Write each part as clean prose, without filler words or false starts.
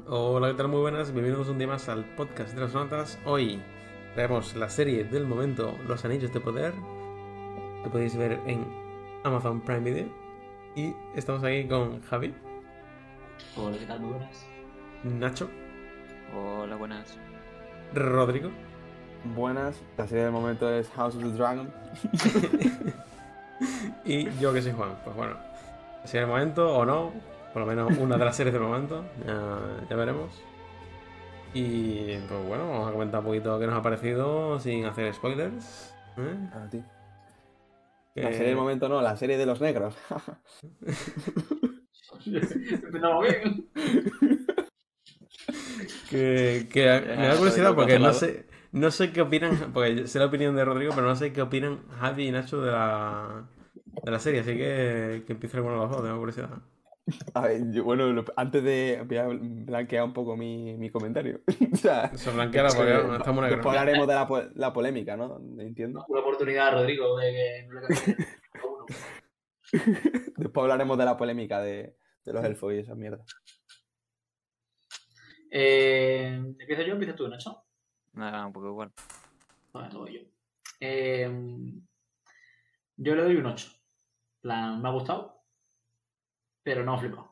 Hola, ¿qué tal? Muy buenas, bienvenidos un día más al podcast de las notas. Hoy traemos la serie del momento, Los Anillos de Poder, que podéis ver en Amazon Prime Video. Y estamos aquí con Javi, Hola, ¿qué tal? Muy buenas. Nacho, Hola, buenas. Rodrigo Buenas, la serie del momento es House of the Dragon. y yo que soy Juan. Pues bueno, si es el momento o no, por lo menos una de las series del momento, ya veremos. Y pues bueno, vamos a comentar un poquito qué nos ha parecido sin hacer spoilers. A ti. Que- La serie del momento no, la serie de los negros. Empezamos bien. Que me da curiosidad Rodrigo porque cancelado. no sé qué opinan, porque sé la opinión de Rodrigo, pero no sé qué opinan Javi y Nacho de la serie, así que empiece alguno de los dos, tengo curiosidad. A ver, antes de voy a blanquear un poco mi comentario. O sea, Se blanquea porque después, estamos después negros. hablaremos de la polémica, ¿no? Entiendo. Una oportunidad, Rodrigo, de que no le cambie a uno. Después hablaremos de la polémica de los elfos y esa mierda. ¿Empiezo yo o empiezas tú, Nacho? Nada, un poco igual. Vale, lo voy yo. Yo le doy un 8. Me ha gustado, pero no me ha flipado.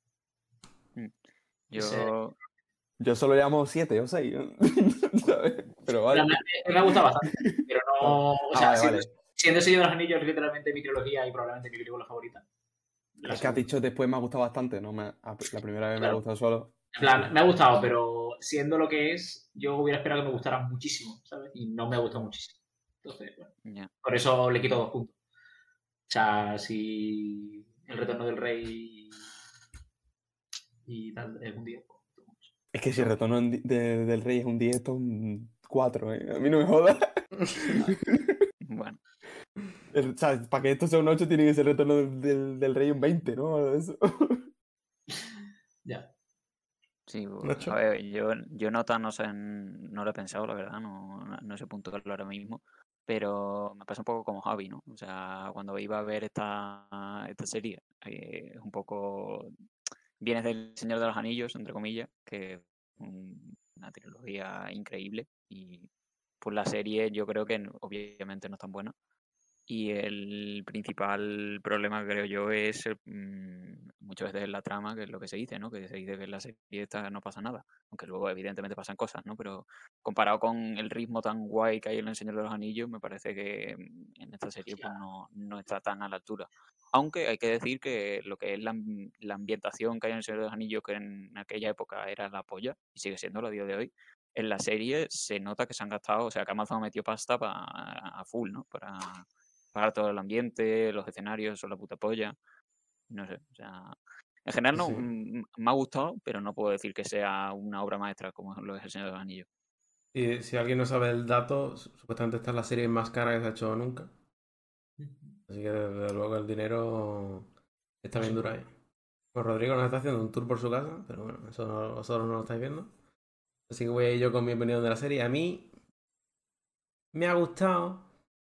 Yo, Yo solo llamo 7 o 6, ¿sabes? Pero vale. Me ha gustado bastante, pero no. O sea, vale. siendo Señor de los Anillos literalmente mi trilogía y probablemente mi película favorita. Es que has dicho después me ha gustado bastante, ¿no? La primera vez me ha Claro. gustado solo. En plan, me ha gustado, pero siendo lo que es, yo hubiera esperado que me gustara muchísimo, ¿sabes? Y no me ha gustado muchísimo. Entonces, bueno, ya. por eso le quito 2 puntos. O sea, si el retorno del rey y tal es un 10, pues, Es que si el retorno del rey es un 10, esto es un 4, ¿eh? A mí no me jodas. Bueno, O sea, para que esto sea un 8 tiene que ser el retorno del rey un 20, ¿no? Algo de eso. ya. sí, Nacho. a ver, yo nota no sé, no lo he pensado, la verdad, no sé puntuarlo ahora mismo, pero me pasa un poco como Javi, ¿no? O sea, cuando iba a ver esta serie, es un poco, vienes del Señor de los Anillos, entre comillas, que es una trilogía increíble y pues la serie yo creo que obviamente no es tan buena. Y el principal problema, creo yo, es muchas veces la trama, que es lo que se dice, ¿no? Que se dice que en la serie esta no pasa nada, aunque luego evidentemente pasan cosas, ¿no? Pero comparado con el ritmo tan guay que hay en El Señor de los Anillos, me parece que en esta serie pues no está tan a la altura. Aunque hay que decir que lo que es la ambientación que hay en El Señor de los Anillos, que en aquella época era la polla, y sigue siendo a día de hoy, en la serie se nota que se han gastado, o sea, que Amazon metió pasta a full, ¿no? Para todo el ambiente, los escenarios son la puta polla. No sé, o sea, en general no, Sí. me ha gustado, pero no puedo decir que sea una obra maestra como lo es El Señor de los Anillos. Y si alguien no sabe el dato, supuestamente esta es la serie más cara que se ha hecho nunca. Así que desde luego el dinero está bien duro ahí. Pues Rodrigo nos está haciendo un tour por su casa, pero bueno, eso vosotros no lo estáis viendo. Así que voy a ir yo con mi opinión de la serie. A mí me ha gustado,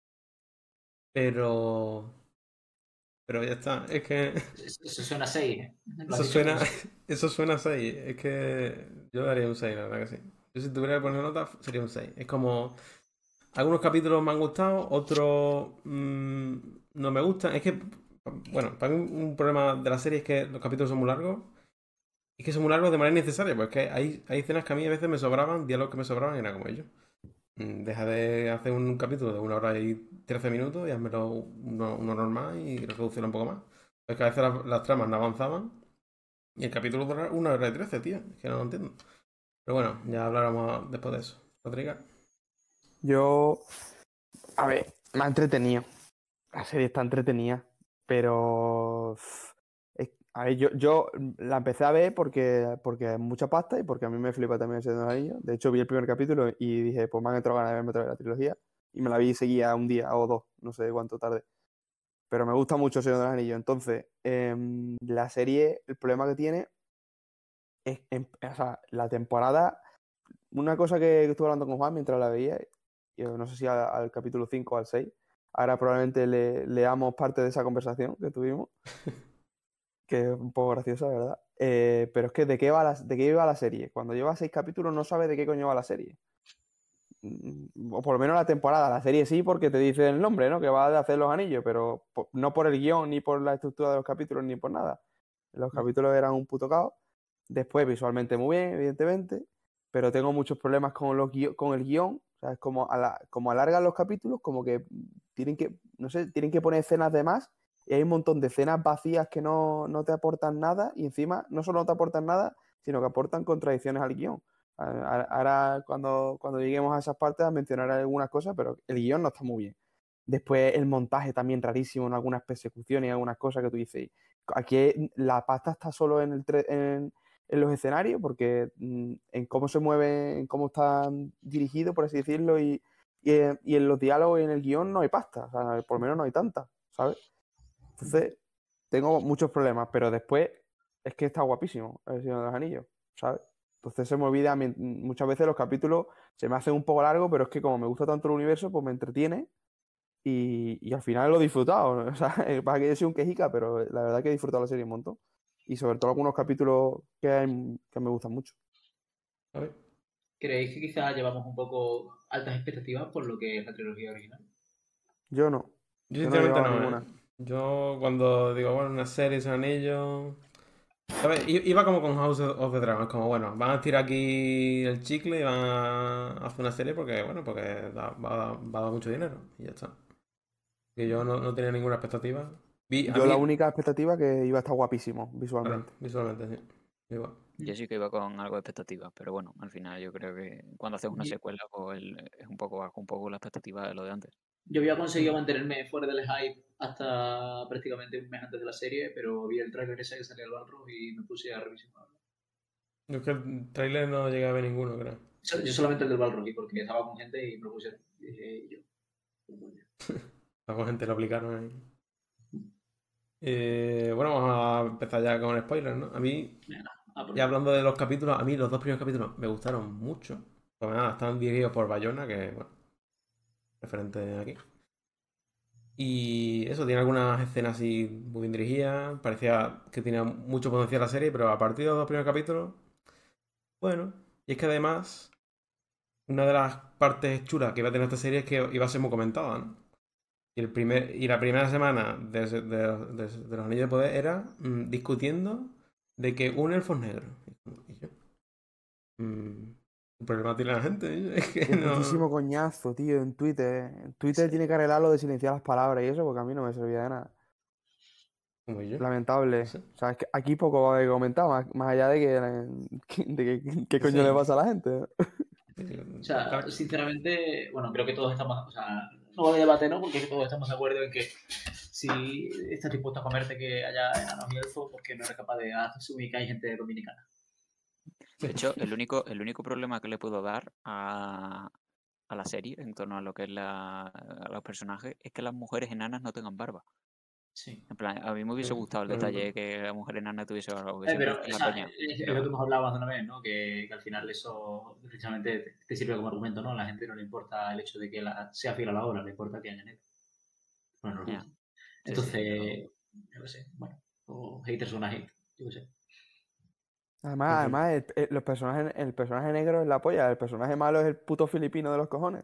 pero. Pero ya está. Es que Eso suena a 6, ¿eh? Lo has eso dicho suena. como Eso suena a 6. Es que yo daría un 6, la verdad que sí. Yo si tuviera que poner nota sería un 6. Es como. Algunos capítulos me han gustado, otros no me gustan. Es que, bueno, para mí un problema de la serie es que los capítulos son muy largos. Es que son muy largos de manera innecesaria, porque hay escenas que a mí a veces me sobraban, diálogos que me sobraban y era como ellos. Deja de hacer un capítulo de 1 hora y 13 minutos y hazmelo uno normal y reducirlo un poco más. Es que a veces las tramas no avanzaban y el capítulo dura 1 hora y 13, tío. Es que no lo entiendo. Pero bueno, ya hablaremos después de eso. Rodrigo. Yo, a ver, me ha entretenido. La serie está entretenida, pero a ver, yo la empecé a ver porque es mucha pasta y porque a mí me flipa también el Señor de los Anillos. De hecho, vi el primer capítulo y dije, pues me han entrado ganas de verme otra vez la trilogía. Y me la vi seguía un día o dos, no sé cuánto tarde. Pero me gusta mucho el Señor de los Anillos. Entonces, la serie, el problema que tiene es, o sea, la temporada. Una cosa que estuve hablando con Juan mientras la veía, yo no sé si al capítulo 5 o al 6. Ahora probablemente leamos parte de esa conversación que tuvimos, que es un poco graciosa, ¿verdad? Pero es que ¿de qué iba la serie? Cuando lleva 6 capítulos no sabes de qué coño va la serie. O por lo menos la temporada. La serie sí, porque te dice el nombre, ¿no? Que va a hacer los anillos, pero no por el guión, ni por la estructura de los capítulos, ni por nada. Los capítulos eran un puto caos. Después, visualmente muy bien, evidentemente, pero tengo muchos problemas con el guión. O sea, es como alargan los capítulos, como que tienen que, no sé, tienen que poner escenas de más y hay un montón de escenas vacías que no te aportan nada y encima no solo no te aportan nada, sino que aportan contradicciones al guión. Ahora, cuando lleguemos a esas partes, mencionaré algunas cosas, pero el guión no está muy bien. Después, el montaje también rarísimo en algunas persecuciones y algunas cosas que tú dices. Aquí la pasta está solo en los escenarios, porque en cómo se mueve, en cómo están dirigidos, por así decirlo, y en los diálogos y en el guión no hay pasta. O sea, por lo menos no hay tanta, ¿sabes? Entonces, tengo muchos problemas, pero después es que está guapísimo El Señor de los Anillos, ¿sabes? Entonces se me olvida, muchas veces los capítulos se me hacen un poco largos, pero es que como me gusta tanto el universo, pues me entretiene y al final lo he disfrutado. O sea, pasa que yo soy un quejica, pero la verdad que he disfrutado la serie un montón. Y sobre todo algunos capítulos que me gustan mucho. A ver. ¿Creéis que quizás llevamos un poco altas expectativas por lo que es la trilogía original? Yo no. Yo Yo no he sinceramente llevado no, ninguna. Yo cuando digo, bueno, una serie, es un anillo... ¿Sabes? Iba como con House of the Dragon, como bueno, van a tirar aquí el chicle y van a hacer una serie porque, bueno, porque va a dar mucho dinero y ya está. Que yo no tenía ninguna expectativa. A Yo mí, la única expectativa que iba a estar guapísimo claro, visualmente. visualmente, sí. Igual. Yo sí que iba con algo de expectativas, pero bueno, al final yo creo que cuando haces una Y- secuela, pues es un poco bajo un poco la expectativa de lo de antes. Yo había conseguido mantenerme fuera del hype hasta prácticamente un mes antes de la serie, pero vi el trailer ese que salía el Balrog y me puse a revisionarlo. Yo es que el trailer no llegué a ver ninguno, creo. Yo solamente el del Balrog, porque estaba con gente y me lo pusieron. Y dije, yo. La gente lo aplicaron ahí. Bueno, vamos a empezar ya con spoilers, ¿no? A mí, Venga, a por ya ello. hablando de los capítulos, a mí los 2 primeros capítulos me gustaron mucho. Pues nada, están dirigidos por Bayona, que, bueno, referente aquí. Y eso, tiene algunas escenas así muy bien dirigidas. Parecía que tenía mucho potencial la serie, pero a partir de los 2 primeros capítulos, bueno. Y es que además, una de las partes chulas que iba a tener esta serie es que iba a ser muy comentada, ¿no? Y la primera semana de los Anillos de Poder era discutiendo de que un elfo es negro. Y yo, ¿qué problema tiene la gente? Es que Qué no... putísimo coñazo, tío, en Twitter. En Twitter tiene que arreglar lo de silenciar las palabras y eso, porque a mí no me servía de nada. Como yo. No Lamentable. sé. O sea, es que aquí poco va a comentar, más allá de qué coño Sí. le pasa a la gente. O sea, sinceramente, bueno, creo que todos estamos, o sea, no voy a debate, ¿no? Porque todos estamos de acuerdo en que si estás dispuesto a comerte que haya enanos y elfos, porque no eres capaz de asumir que hay gente dominicana. De hecho, el único problema que le puedo dar a la serie en torno a lo que es a los personajes es que las mujeres enanas no tengan barba. Sí. En plan, a mí me hubiese gustado el por detalle de ejemplo. que la mujer enana tuviese barba, porque siempre Pero es la esa, peña. es lo que hemos hablado más de una vez, ¿no? Que al final eso precisamente te sirve como argumento, ¿no? A la gente no le importa el hecho de que sea fiel a la obra, le importa que haya negro. Bueno, nos Ya. gusta. Sí, sí, Entonces, yo qué sé, bueno, o haters son a hate, yo qué sé. Además el personaje negro es la polla, el personaje malo es el puto filipino de los cojones.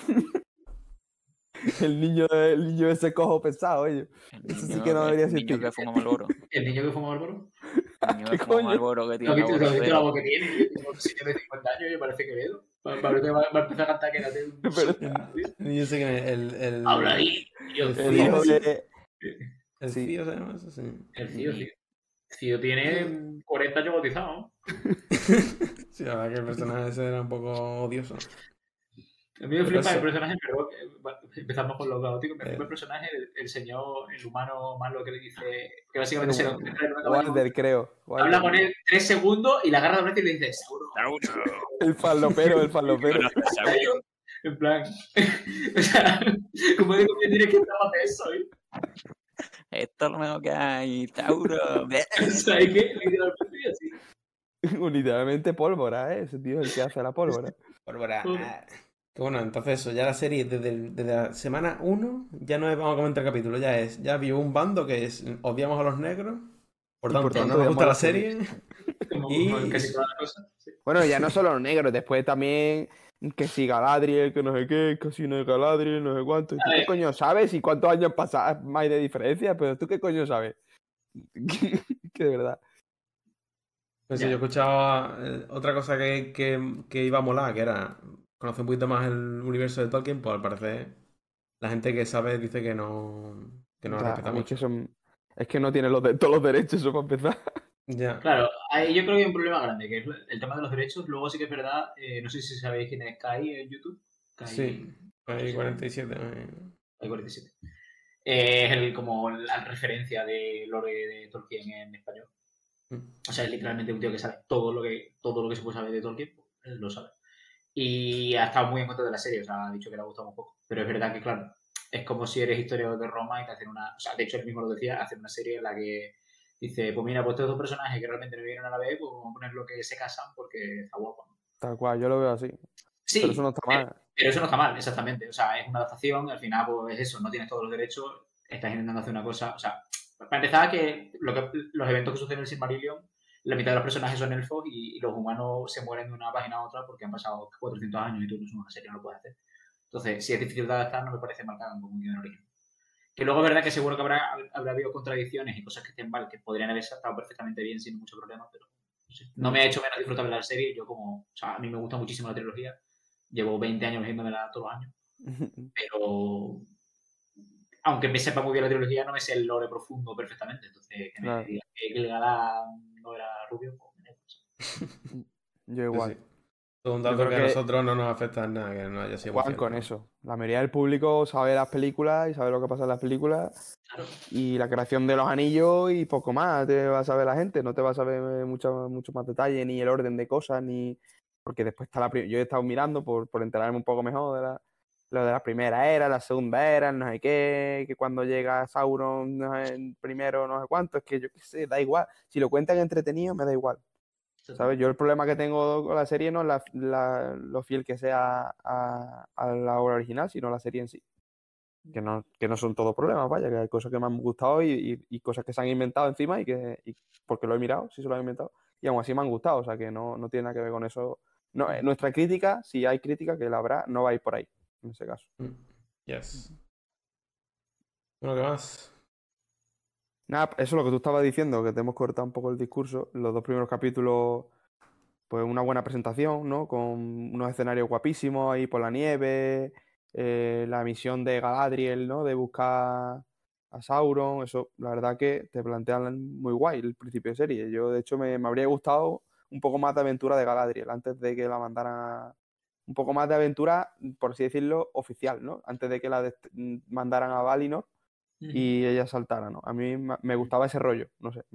El niño ese cojo pesado, oye. El Eso sí niño, que no debería el niño existir. que fuma Marlboro. El niño que fuma Marlboro, El niño que ¿Qué fuma coño? Marlboro que ¿lo tiene has la visto, voz la fea. voz que tiene? Tío, un señor de 50 años y parece que veo. Va a empezar a cantar que era de un Pero- Y yo sé que el Habla ahí, tío. el El Cío, hijo de... el Sí. Cío se llama eso, sí. El Cío tiene 40 años bautizado, ¿no? Sí, la verdad que el personaje ese era un poco odioso. A mí me Pero flipa el eso, personaje, pero empezamos con los gaóticos. Me flipa el personaje, el señor, el humano malo que le dice. Que básicamente se lo encuentra en una cabaña. Walder, creo. Habla Walder. con él 3 segundos y la agarra de brazo y le dice: Sauro. El falopero, el falopero. En plan. O sea, ¿cómo digo que tiene que estar para hacer eso? Esto es lo mejor que hay, Tauro. ¿Sabes qué? Literalmente así. Literalmente pólvora, ¿eh? Ese tío es el que hace la pólvora. Bárbara. Todo. Que bueno, entonces eso, ya la serie desde la semana 1 ya no es, vamos a comentar capítulo, ya vio un bando que es odiamos a los negros, Por tanto, no nos gusta la serie. Como Y- casi todas las cosas. Sí. Bueno, ya no solo los negros, después también que si Galadriel, que no sé qué, que si no es Galadriel, no sé cuánto. ¿Y tú A qué ver. coño sabes? ¿Y cuántos años pasan más de diferencia? Pero tú qué coño sabes. Que de verdad. Pues sí, Ya. yo escuchaba otra cosa que iba a molar, que era conocer un poquito más el universo de Tolkien, pues al parecer la gente que sabe dice que no lo Ya, respeta a mí es que mucho. es que no tienen todos los derechos, eso para empezar. Ya, Claro, ahí yo creo que hay un problema grande, que es el tema de los derechos. Luego sí que es verdad, no sé si sabéis quién es Kai en YouTube. Kai, sí, no sé hay si 47. Kai 47. Es como la referencia de lore de Tolkien en español. O sea, es literalmente un tío que sabe todo lo que se puede saber de Tolkien, pues, él lo sabe. Y ha estado muy en contra de la serie, o sea, ha dicho que le ha gustado un poco. Pero es verdad que, claro, es como si eres historiador de Roma y te hacen una. O sea, de hecho, él mismo lo decía, hacen una serie en la que dice: pues mira, pues estos dos personajes que realmente no vivieron a la vez, pues vamos a poner lo que se casan porque está guapo, ¿no? Tal cual, yo lo veo así. Pero eso no Sí, está mal. pero eso no está mal, exactamente. O sea, es una adaptación, al final, pues es eso, no tienes todos los derechos, estás intentando hacer una cosa. O sea, para empezar, que los eventos que suceden en el Silmarillion, la mitad de los personajes son elfos y los humanos se mueren de una página a otra porque han pasado 400 años y tú no es una serie, no lo puedes hacer. Entonces, si es difícil de adaptar, no me parece mal que hagan como un guion original. Que luego es verdad que seguro que habrá habido contradicciones y cosas que estén mal, que podrían haber estado perfectamente bien sin mucho problema, pero no sé. No me ha hecho menos disfrutable la serie. Yo como, o sea, a mí me gusta muchísimo la trilogía. Llevo 20 años viéndomela todos los años. Pero aunque me sepa muy bien la trilogía, no me sé el lore profundo perfectamente. Entonces, que me Claro. digan que el Galán no era rubio, pues me da igual. Yo Sí, igual. sí. Todo un Yo dato creo que a que nosotros no nos afecta en nada, que no haya sido muy juegan fiel. con ¿no? eso. La mayoría del público sabe las películas y sabe lo que pasa en las películas Claro. y la creación de los anillos y poco más te va a saber la gente. No te va a saber mucho más detalle, ni el orden de cosas, ni. Porque después está yo he estado mirando por enterarme un poco mejor de lo de la primera era, la segunda era, no sé qué, que cuando llega Sauron, no sé, primero, no sé cuánto, es que yo qué sé, da igual. Si lo cuentan entretenido, me da igual. ¿Sabes? Yo el problema que tengo con la serie no es lo fiel que sea a la obra original, sino la serie en sí. Que no son todos problemas, vaya, que hay cosas que me han gustado y cosas que se han inventado encima y porque lo he mirado, sí se lo han inventado, y aún así me han gustado, o sea que no tiene nada que ver con eso. No, nuestra crítica, si hay crítica, que la habrá, no va a ir por ahí, en ese caso. Yes. Bueno, ¿qué más? Nada, eso es lo que tú estabas diciendo, que te hemos cortado un poco el discurso. Los dos primeros capítulos, pues una buena presentación, ¿no? Con unos escenarios guapísimos ahí por la nieve, la misión de Galadriel, ¿no? De buscar a Sauron, eso, la verdad que te plantean muy guay el principio de serie. Yo, de hecho, me habría gustado un poco más de aventura de Galadriel antes de que la mandaran un poco más de aventura, por así decirlo, oficial, ¿no? Antes de que mandaran a Valinor y ella saltara, ¿no? A mí me gustaba ese rollo, no sé,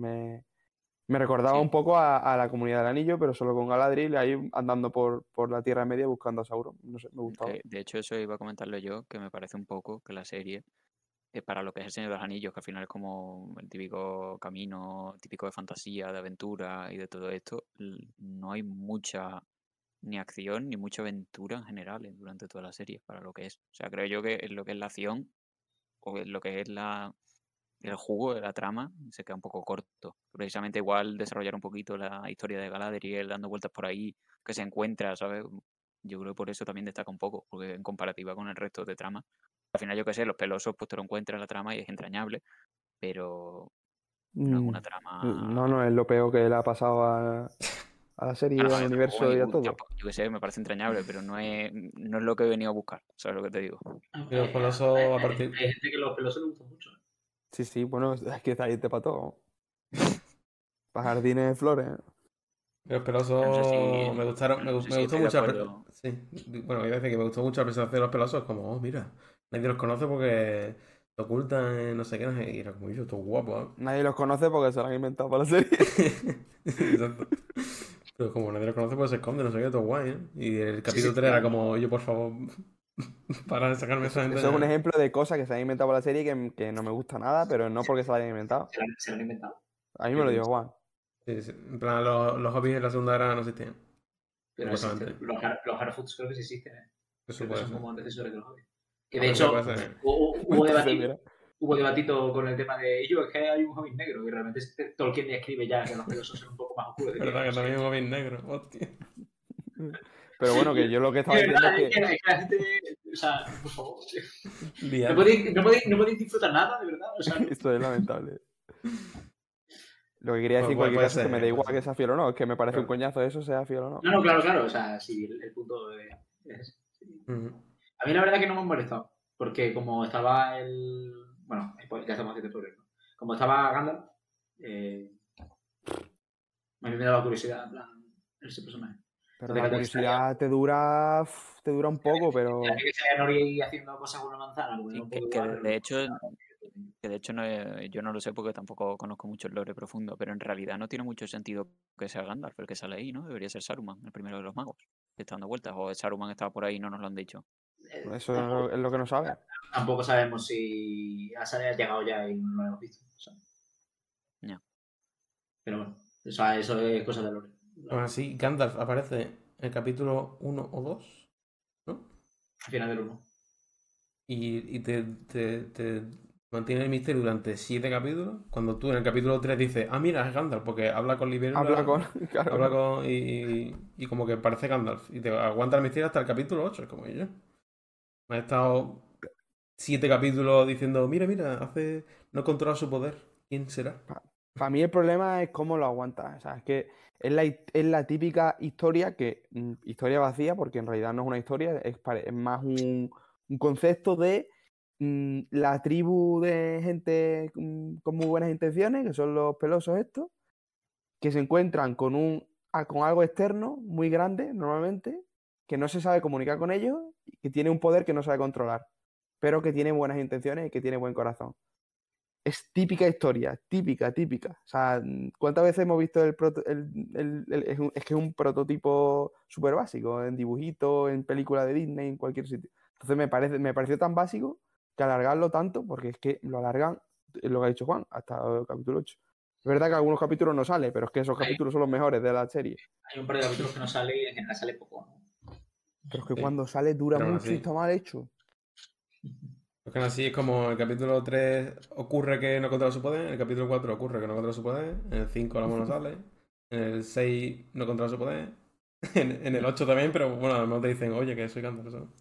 me recordaba Sí. un poco a la Comunidad del Anillo, pero solo con Galadriel ahí andando por la Tierra Media buscando a Sauron. No sé, me gustaba. Que, de hecho, eso iba a comentarlo yo, que me parece un poco que la serie, para lo que es el Señor de los Anillos, que al final es como el típico camino, típico de fantasía, de aventura y de todo esto, no hay mucha ni acción ni mucha aventura en general durante toda la serie, para lo que es. O sea, creo yo que en lo que es la acción o en lo que es el jugo de la trama se queda un poco corto. Precisamente igual desarrollar un poquito la historia de Galadriel dando vueltas por ahí, que se encuentra, ¿sabes? Yo creo que por eso también destaca un poco, porque en comparativa con el resto de trama, al final yo qué sé, los pelosos pues te lo encuentras en la trama y es entrañable, pero no es una trama... No, es lo peor que le ha pasado a la serie, Bueno, al universo y a todo. yo qué sé, me parece entrañable, pero no es lo que he venido a buscar, ¿sabes lo que te digo? Y los pelosos a partir. Hay gente que los pelosos les gustan mucho. Sí, bueno, es que está ahí te para todo. Para jardines de flores. Los No sé pelosos me si, gustaron, no sé me si gustó estoy de mucho. acuerdo. Sí, bueno, iba a decir que me gustó mucho la presentación de los pelosos, como, oh, mira, nadie los conoce porque se ocultan en no sé qué, no sé qué, y era como yo, todo guapo, Nadie los conoce porque se lo han inventado para la serie. Exacto. Pero como nadie los conoce, pues se esconde, no sé qué, todo guay, ¿eh? Y el capítulo 3 era como, yo, por favor, para de sacarme Eso esa gente. es un ejemplo de cosas que se han inventado para la serie que no me gusta nada, pero no porque se la hayan inventado. Se lo han inventado. A mí me lo dijo Juan. Sí, sí. En plan, los hobbies en la segunda era no existían. Pero Supuestamente. existen. Los hard foods creo que sí existen. Eso Creo que puede son ser. como antecesores de los hobbies. Que de Puede ser, hecho, puede ser. hubo Entonces, debatido. mira. hubo debatito con el tema de ello, es que hay un Hobbit negro, y realmente Tolkien ya escribe ya que los pelosos son un poco más oscuros. Es verdad que también hay un Hobbit negro, hostia. Pero bueno, que yo lo que estaba diciendo es que... la gente, o sea, por favor. Liando. No podéis disfrutar nada, de verdad. O sea, Esto es lamentable. Lo que quería decir en Puede cualquier caso es ser, que me da igual puede que sea fiel o no, es que me parece Claro. un coñazo eso, sea fiel o no. No, claro. O sea, sí, el punto es ese. Ujú. A mí la verdad que no me ha molestado. Porque como estaba el. Bueno, ya estamos haciendo spoilers, ¿no? Como estaba Gandalf, a mí me daba curiosidad, en plan, ese personaje. Pero Entonces, la curiosidad te dura un poco, pero... Ya que se Nori haciendo cosas con una manzana, pues Sí, un poco que igual, de hecho yo no lo sé porque tampoco conozco mucho el lore profundo, pero en realidad no tiene mucho sentido que sea Gandalf el que sale ahí, ¿no? Debería ser Saruman, el primero de los magos, que está dando vueltas, o Saruman estaba por ahí y no nos lo han dicho. Eso es lo que no sabe. Tampoco sabemos si ha llegado ya y no lo hemos visto. O sea. Ya. Pero bueno, o sea, eso es cosa de lore. Aún así, Gandalf aparece en el capítulo 1 o 2, ¿no? Al final del 1. Y te mantiene el misterio durante 7 capítulos. Cuando tú en el capítulo 3 dices, ah, mira, es Gandalf, porque habla con Libélula. Habla con... Claro. Habla con... Y como que parece Gandalf. Y te aguanta el misterio hasta el capítulo 8, es como yo. Me ha estado 7 capítulos diciendo, mira, no he controlado su poder. ¿Quién será? Para mí el problema es cómo lo aguantas. O sea, es que es la típica historia que... historia vacía, porque en realidad no es una historia, es más un concepto de la tribu de gente con muy buenas intenciones, que son los pelosos estos, que se encuentran con algo externo muy grande, normalmente, que no se sabe comunicar con ellos, y que tiene un poder que no sabe controlar, pero que tiene buenas intenciones y que tiene buen corazón. Es típica historia, típica. O sea, ¿cuántas veces hemos visto es que es un prototipo súper básico, en dibujitos, en películas de Disney, en cualquier sitio? Entonces me pareció tan básico que alargarlo tanto, porque es que lo alargan, es lo que ha dicho Juan, hasta el capítulo 8. Es verdad que algunos capítulos no sale, pero es que esos capítulos son los mejores de la serie. Hay un par de capítulos que no sale y en general sale poco, ¿no? Pero es que Sí. cuando sale dura Pero aún mucho así. y está mal hecho. Porque así es como el capítulo 3 ocurre que no controla su poder, en el capítulo 4 ocurre que no controla su poder, en el 5 la mano sale, en el 6 no controla su poder, en el 8 también, pero bueno, a lo mejor te dicen, oye, que soy Gandalf, ¿sabes?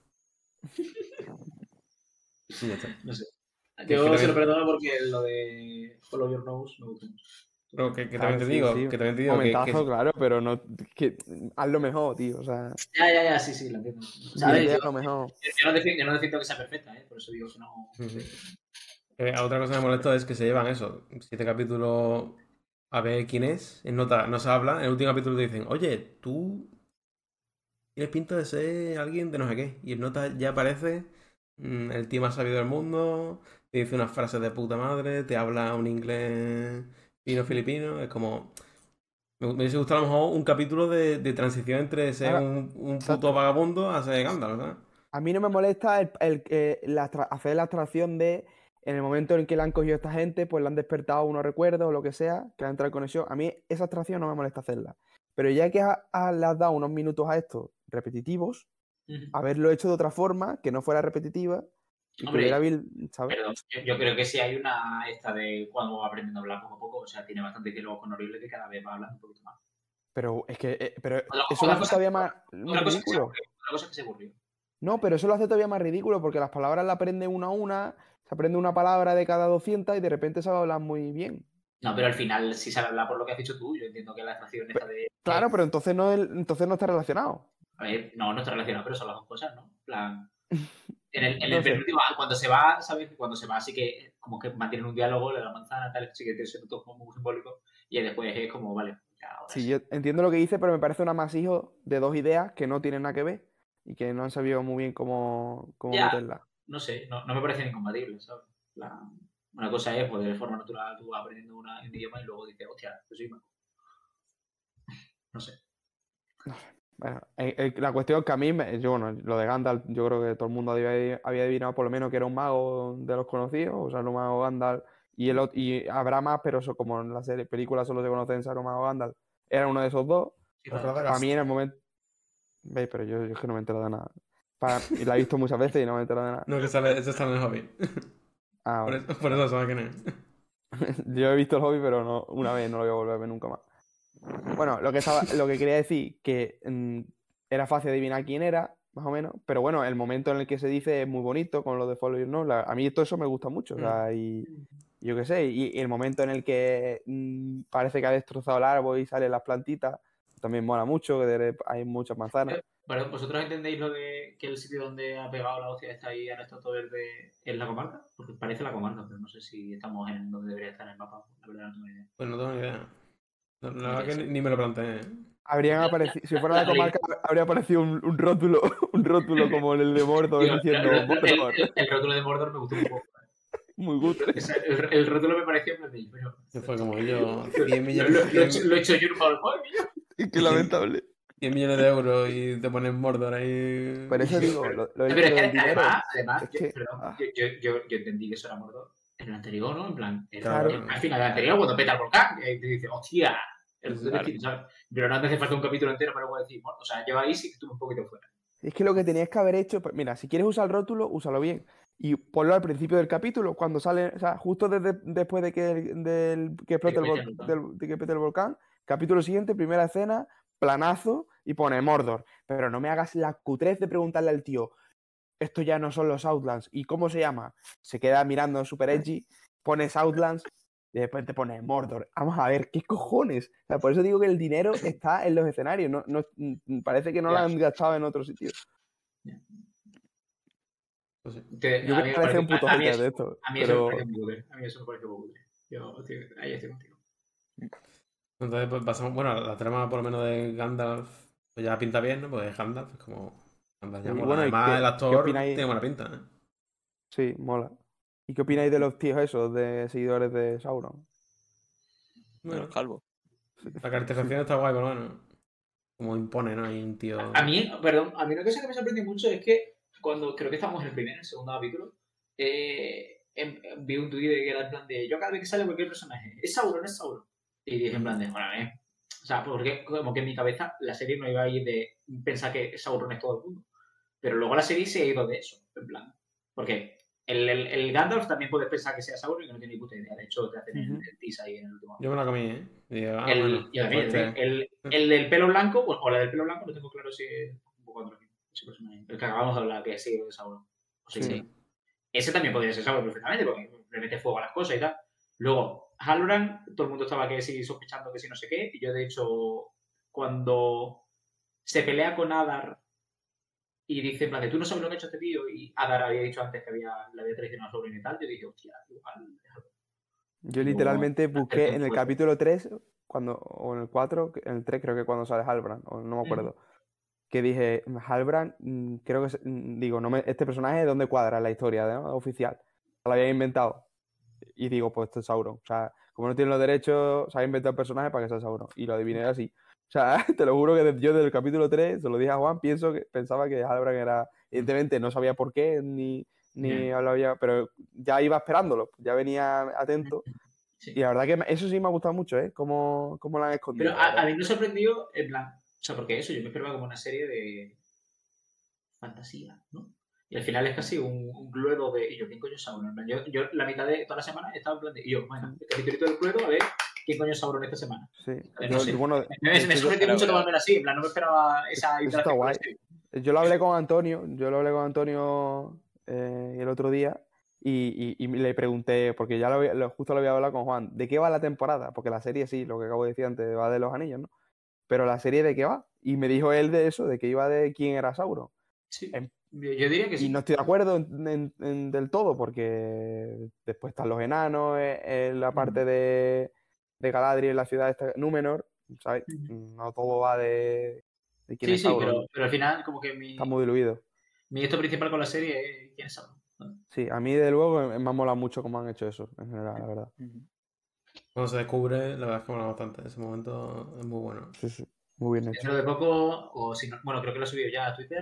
Y ya está. No sé. Que Yo también- se lo perdono porque lo de Follow Your Nose me gusta mucho. Pero que Claro, también te sí, digo, sí. que también te digo Momentazo, claro, pero no... hazlo mejor, tío, o sea... Ya, sí, lo entiendo. ¿Sabes? Mírate Yo a lo mejor. no defiendo que sea perfecta, ¿eh? Por eso digo que no... Ujú. Otra cosa que me molesta es que se llevan eso, 7 capítulos a ver quién es, en nota no se habla, en el último capítulo te dicen, oye, tú tienes pinta de ser alguien de no sé qué, y en nota ya aparece el tío más sabido del mundo, te dice unas frases de puta madre, te habla un inglés filipino, es como... Me hubiese gustado a lo mejor un capítulo de transición entre ser Ahora, un exacto. puto vagabundo a ser Gandalf, ¿verdad? A mí no me molesta hacer la abstracción de, en el momento en que le han cogido a esta gente, pues le han despertado unos recuerdos o lo que sea, que ha entrado en conexión. A mí esa abstracción no me molesta hacerla. Pero ya que le has dado unos minutos a estos repetitivos, haberlo hecho de otra forma, que no fuera repetitiva, y Hombre, que hubiera, ¿sabes? Perdón, yo creo que sí hay una esta de cuando va aprendiendo a hablar poco a poco, o sea, tiene bastante diálogo con Horrible que cada vez va hablando un poquito más. Pero es que pero Otra eso lo hace cosa- todavía más Otra cosa ridículo. otra cosa es que se aburrió. No, pero eso lo hace todavía más ridículo porque las palabras las aprende una a una, se aprende una palabra de cada 200 y de repente sabe hablar muy bien. No, pero al final sí sabe hablar por lo que has dicho tú. Yo entiendo que la estación esta de... Claro, pero entonces no está relacionado. A ver, no está relacionado, pero son las dos cosas, ¿no? En plan... En el No sé. penúltimo, cuando se va, ¿sabes? Cuando se va, sí que como que mantienen un diálogo, le da manzana, tal, sí que tiene ese todo como muy simbólico. Y después es como, vale, ya ahora Sí, yo entiendo lo que dice, pero me parece un amasijo de dos ideas que no tienen nada que ver y que no han sabido muy bien cómo Ya. meterla. No sé, no me parecen incompatibles, ¿sabes? Una cosa es, pues de forma natural tú vas aprendiendo un idioma y luego dices, hostia, yo soy mago. No sé. Bueno, la cuestión es que a mí, lo de Gandalf, yo creo que todo el mundo había adivinado por lo menos que era un mago de los conocidos, o sea, un mago Gandalf, y habrá más, pero eso, como en la serie, película solo se conocen Saruman o Gandalf, era uno de esos dos. Sí, Para mí en el momento... ¿Veis? Pero yo es que no me entero de nada. Y la he visto muchas veces y no me entero de nada. No, que eso sale en el Hobbit. Ah, Por vale. por eso sabes quién es. Yo he visto el Hobbit, pero no, una vez, no lo voy a volver a ver nunca más. Bueno, lo que quería decir, que era fácil adivinar quién era, más o menos, pero bueno, el momento en el que se dice es muy bonito, con lo de Follow Your Nose, a mí todo eso me gusta mucho, o sea, y yo qué sé, y el momento en el que parece que ha destrozado el árbol y salen las plantitas, también mola mucho, que hay muchas manzanas. Pero, ¿vosotros entendéis lo de que el sitio donde ha pegado la hostia está ahí, ahora está todo verde, es la comarca? Porque parece la comarca, pero no sé si estamos en donde debería estar en el mapa. La verdad no tengo ni idea. Pues no tengo ni idea. La No verdad que sé. ni me lo planteé. Habrían aparecido, si fuera la comarca, habría aparecido un rótulo, un rótulo como el de Mordor Tío, diciendo Mordor, el rótulo de Mordor me gustó un poco. muy gutre. El rótulo me pareció en plan de, bueno, Que fue como yo, 100 lo millones, he hecho yo en un PowerPoint, Y qué lamentable. 100 millones de euros y te pones Mordor ahí. Por eso digo, lo Pero del es que dinero. además, Es que, perdón, yo entendí que eso era Mordor en el anterior, ¿no? En plan, Claro. al final del anterior, cuando peta el volcán, y te dice, hostia, el mundo Claro. destino, ¿sabes? Pero no me hace falta un capítulo entero para luego decir, bueno, o sea, yo ahí sí que estuve un poquito fuera. es que lo que tenías que haber hecho, pues mira, si quieres usar el rótulo, úsalo bien. Y ponlo al principio del capítulo, cuando sale, o sea, justo después de que explote de que pete el volcán, capítulo siguiente, primera escena, planazo, y pone Mordor. Pero no me hagas la cutrez de preguntarle al tío, esto ya no son los Outlands, ¿y cómo se llama? Se queda mirando super edgy, pones Outlands y después te pone Mordor. Vamos a ver, ¿qué cojones? O sea, por eso digo que el dinero está en los escenarios, parece que no lo han gastado en otro sitio. Pues sí. Yo me parece un puto hater de esto. A mí eso me parece muy cutre. A mí eso me parece muy cutre. Yo ahí estoy contigo. Entonces, pues pasamos. Bueno, la trama por lo menos de Gandalf, pues ya pinta bien, ¿no? Pues Gandalf es como. Gandalf ya Y mola. bueno, Además, el ¿qué actor opináis? tiene buena pinta, ¿eh? Sí, mola. ¿Y qué opináis de los tíos esos, de seguidores de Sauron? De los Bueno, calvos. la caracterización está guay, pero bueno. Como impone, ¿no? Hay un tío. A mí, perdón, a mí una cosa que me sorprendió mucho es que cuando creo que estábamos en el primer, el segundo capítulo, vi un tuit de que era en plan de yo cada vez que sale cualquier personaje, es Sauron, es Sauron. Y dije en plan de, bueno, o sea, porque como que en mi cabeza la serie no iba a ir de pensar que Sauron es todo el mundo. Pero luego la serie se ha ido de eso, en plan. Porque el Gandalf también puedes pensar que sea Sauron y que no tiene ni puta idea. De hecho, te hacen el tease ahí en el último. Yo me la comí, ¿eh? Y digo, Yo también. El del pelo blanco, o la del pelo blanco, no tengo claro si es un poco andrógino. El que acabamos de hablar, que sigue de Sauron. O sea, Sí. ese también podría ser Sauron perfectamente, porque le mete fuego a las cosas y tal. Luego, Halloran, todo el mundo estaba que sí sospechando que sí no sé qué. Y yo, de hecho, cuando se pelea con Adar y dice, en plan, de, tú no sabes lo que ha hecho este tío, y Adar había dicho antes que le había traicionado a Sauron y tal, yo dije, hostia, igual. Yo literalmente busqué en el capítulo 3, o en el 4, en el 3 creo que cuando sale Halbrand, o no me acuerdo, que dije, Halbrand, creo que, digo, este personaje, ¿dónde cuadra en la historia, ¿no? Oficial? Lo había inventado. Y digo, pues esto es Sauron. O sea, como no tiene los derechos, se ha inventado el personaje para que sea Sauron. Y lo adiviné así. O sea, te lo juro que yo desde el capítulo 3, se lo dije a Juan, pensaba que Halbrand era, evidentemente no sabía por qué, ni hablaba, pero ya iba esperándolo, ya venía atento. Sí. Y la verdad que eso sí me ha gustado mucho, ¿eh? Cómo lo han escondido. Pero a mí me sorprendió, en plan, o sea, porque eso, yo me esperaba como una serie de fantasía, ¿no? Y al final es casi un Cluedo de, y yo, ¿quién coño es Sauron? Yo la mitad de toda la semana estaba en plan de, y yo, bueno, el capítulo del Cluedo, a ver, ¿quién coño es Sauron esta semana? Sí. No sé. Bueno, me sorprendió mucho tomármelo así, en plan, no me esperaba esa eso está guay. Yo lo hablé con Antonio, el otro día y le pregunté, porque ya justo lo había hablado con Juan, ¿de qué va la temporada? Porque la serie sí, lo que acabo de decir antes, va de los anillos, ¿no? Pero la serie ¿de qué va? Y me dijo él de eso, de que iba de quién era Sauron. Sí, yo diría que sí. Y no estoy de acuerdo del todo, porque después están los enanos, en la parte de Galadriel, en la ciudad de Númenor, ¿sabes? No todo va de quién es Sauron. Pero al final, como que está muy diluido. Mi esto principal con la serie es quién es Sauron. Sí, a mí de luego me ha molado mucho cómo han hecho eso, en general, la verdad. Cuando se descubre, la verdad es que mola bastante. Ese momento es muy bueno. Sí, sí, muy bien hecho. Dentro de poco, o si no, bueno, creo que lo he subido ya a Twitter,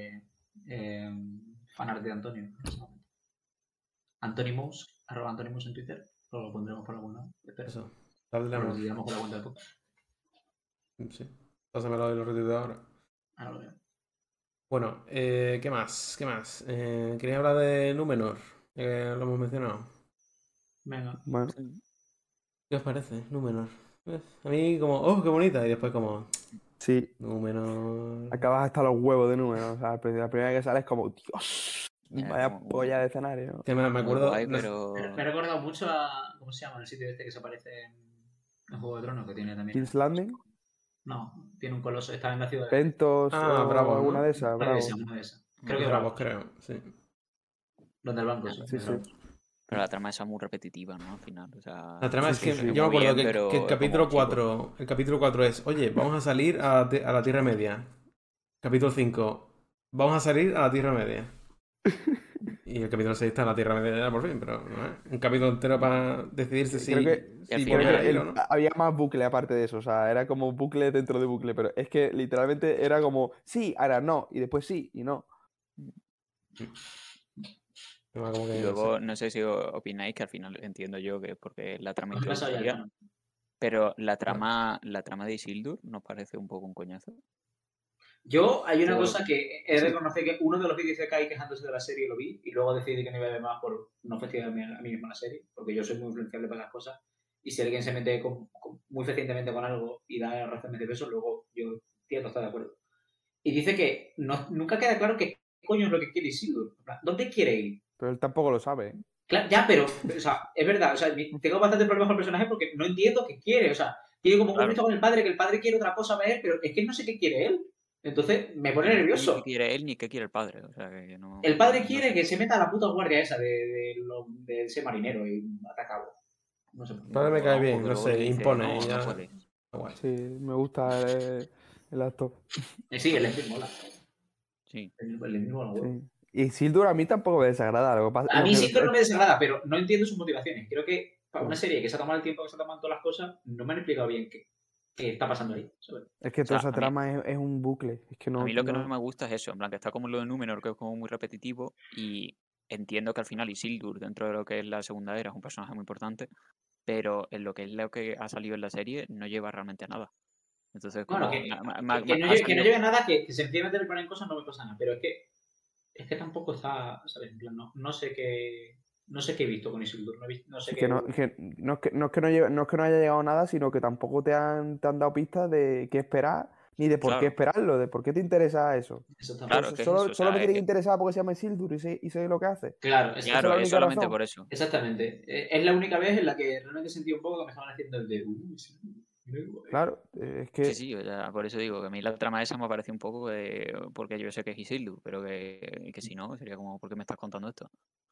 fanart de Antonio. Antonymous, @Antonymous en Twitter, lo pondremos por algún lado. Eso. Lo digamos con la cuenta de poco. Sí. Pásamelo y lo retuiteo ahora. Ahora lo veo. Bueno, ¿qué más? ¿Qué más? Quería hablar de Númenor. Lo hemos mencionado. Venga. Bueno, ¿Qué os parece? Númenor. A mí como, oh, qué bonita. Y después como, sí, Númenor. acabas hasta los huevos de números. O sea, la primera que sale es como, Dios, vaya como, polla de escenario. Que me muy acuerdo. guay, no- pero... Me ha recordado mucho a. ¿Cómo se llama el sitio este que se aparece en Juego de Tronos? Que tiene también. King's Landing, No, tiene un coloso. Está en la ciudad. Pentos Ah, o Bravos, alguna ¿no? de esas, Una de bravo. esas, una de esas. Creo que Bravos, Bravos. creo, sí. Donde el banco, sí. Sí, sí. Bravos. Pero la trama esa es muy repetitiva, ¿no? Al final, o sea... La trama es que sí, yo me muy acuerdo bien, que pero el es capítulo como, chicos, 4, el capítulo 4 es, oye, vamos a salir a la Tierra Media. Capítulo 5, vamos a salir a la Tierra Media. Y el capítulo 6 está en la Tierra Media ya por fin, pero no es un capítulo entero para decidirse Creo que- Y al si final- volver Creo a que ir o no. había más bucle aparte de eso, o sea, era como bucle dentro de bucle, pero es que literalmente era como, sí, ahora no, y después sí, y no. Como que, Y no sé. luego, no sé si opináis que al final entiendo yo que es porque es la trama ¿Qué pasa ya? introductoria, pero la trama de Isildur nos parece un poco un coñazo. Yo, hay una Todo lo- cosa que he de Sí. reconocer que uno de los vídeos de Kai quejándose de la serie lo vi y luego decidí que no iba a ver más por no fastidiarme a mí mismo la serie, porque yo soy muy influenciable para las cosas y si alguien se mete muy fehacientemente con algo y da razones de peso, luego yo tiendo a estar de acuerdo. Y dice que nunca queda claro qué coño es lo que quiere Isildur. En plan, ¿dónde quiere ir? Pero él tampoco lo sabe, ¿eh? Claro, ya, pero, o sea, es verdad, o sea, tengo bastante problemas con el personaje porque no entiendo qué quiere, o sea, tiene como un Claro. conflicto con el padre, que el padre quiere otra cosa para él, pero es que no sé qué quiere él. Entonces me pone No sé ni nervioso. qué quiere él ni qué quiere el padre. O sea, que no, El padre no quiere sé. que se meta a la puta guardia esa de ese marinero y atacado. No sé. El padre me cae bien, porque no luego le sé, dice, impone no, y ya. no puedes. Está guay. Sí, me gusta el actor. Sí, el Smith mola. Sí. El Smith mola, huevo. Sí. Y Sildur a mí tampoco me desagrada. A mí sí que no me desagrada, pero no entiendo sus motivaciones. Creo que para una Sí. serie que se ha tomado el tiempo que se ha tomado todas las cosas, no me han explicado bien qué está pasando ahí, ¿sabes? Es que O sea, toda esa a mí- trama es un bucle. Es que A no, mí lo que no- no me gusta es eso, en plan que está como lo de Númenor, que es como muy repetitivo, y entiendo que al final Isildur, dentro de lo que es la segunda era, es un personaje muy importante, pero en lo que es lo que ha salido en la serie no lleva realmente a nada. Entonces, Bueno, como que ha no salido... lleve nada, que sencillamente le ponen cosas no me pasa nada, pero es que tampoco está, ¿sabes? En plan, no sé qué he visto con Isildur, no sé es qué... que no es que no es que no haya llegado nada, sino que tampoco te han dado pistas de qué esperar, ni de por qué Claro, esperarlo, de por qué te interesa eso. claro, Entonces, que es eso, o solo me sea, tiene que interesar porque se llama Isildur y sé lo que hace. Claro, Esa es claro, la es única solamente razón. por eso. exactamente. Es la única vez en la que realmente sentí un poco que me estaban haciendo el de... Claro, es Sí, que sí, o sea, por eso digo que a mí la trama esa me parece un poco de... porque yo sé que es Isildur, pero que si no, sería como, ¿por qué me estás contando esto?